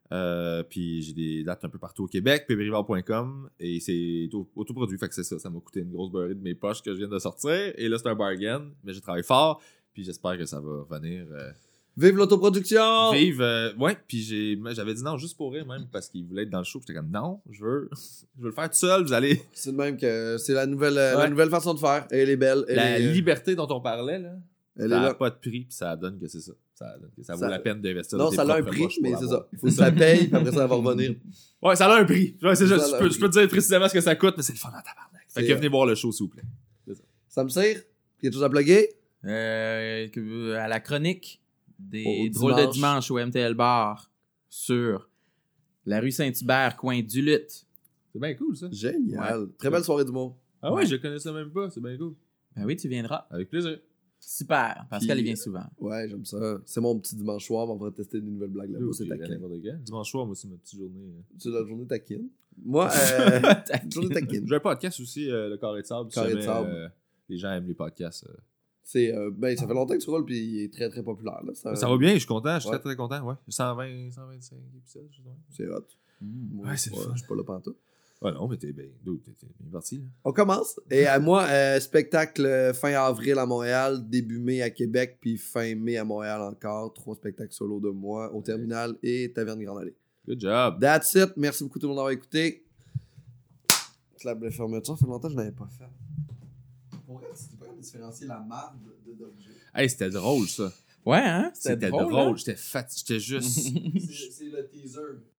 Puis j'ai des dates un peu partout au Québec, pbrivard.com. Et c'est autoproduit. Fait que c'est ça. Ça m'a coûté une grosse beurrée de mes poches que je viens de sortir. Et là, c'est un bargain. Mais j'ai travaillé fort. Puis j'espère que ça va revenir. Vive l'autoproduction! Vive, ouais, puis j'avais dit non juste pour rire même parce qu'il voulait être dans le show, j'étais comme non, je veux le faire tout seul, vous allez C'est de même que c'est la nouvelle façon de faire. Elle est belle. la liberté dont on parlait là, Elle ça est n'a là. pas de prix puis ça donne que c'est ça. Ça donne que ça vaut Ça- la peine d'investir Non, dans tes ça a un propres prix, poches pour mais c'est l'avoir. ça. Il faut que ça paye, puis après ça va revenir. Ouais, ça a un prix. Ouais, c'est Ça juste, a un je peux te dire précisément ce que ça coûte, mais c'est le fun en tabarnak. Fait C'est que venez voir le show s'il vous plaît. Ça me sert? Quelque chose à plugger? À la chronique des Au drôles de dimanche. dimanche au MTL Bar sur la rue Saint-Hubert, coin du Lutte. C'est bien cool ça. Génial. Très belle soirée d'humour. Ah ouais, Ouais. je connaissais même pas, c'est bien cool. Ben oui, tu viendras. Avec plaisir. Super. Pascal, Puis- il vient souvent. Ouais, j'aime ça. C'est mon petit dimanche soir, mais on va tester des nouvelles blagues là-bas. C'est Puis, taquin. n'importe quand. Dimanche soir, moi c'est ma petite journée. C'est la journée taquine. Moi, journée taquine. J'ai un podcast aussi, le Carré de sable. si Carré de jamais, sable. les gens aiment les podcasts. C'est, ben, ça fait longtemps que tu roules, puis il est très très populaire. Là. Ça va bien, je suis content, je suis ouais. très très content. Ouais. 125 épisodes, je sais pas. C'est hot. Mm. Ouais, c'est le fun. Je suis pas là pantoute. Ouais, non, mais t'es bien parti. Là. On commence. Et à moi, spectacle fin avril à Montréal, début mai à Québec, puis fin mai à Montréal encore. 3 spectacles solo de moi au Terminal et Taverne Grande Allée. Good job. That's it. Merci beaucoup tout le monde d'avoir écouté. Clap de fermeture, ça fait longtemps que je n'avais pas fait. Pour vrai, c'était pas de différencier la marque d'objet. Hey, c'était drôle ça. Ouais, hein? C'était drôle. drôle. hein? J'étais juste. C'est le teaser.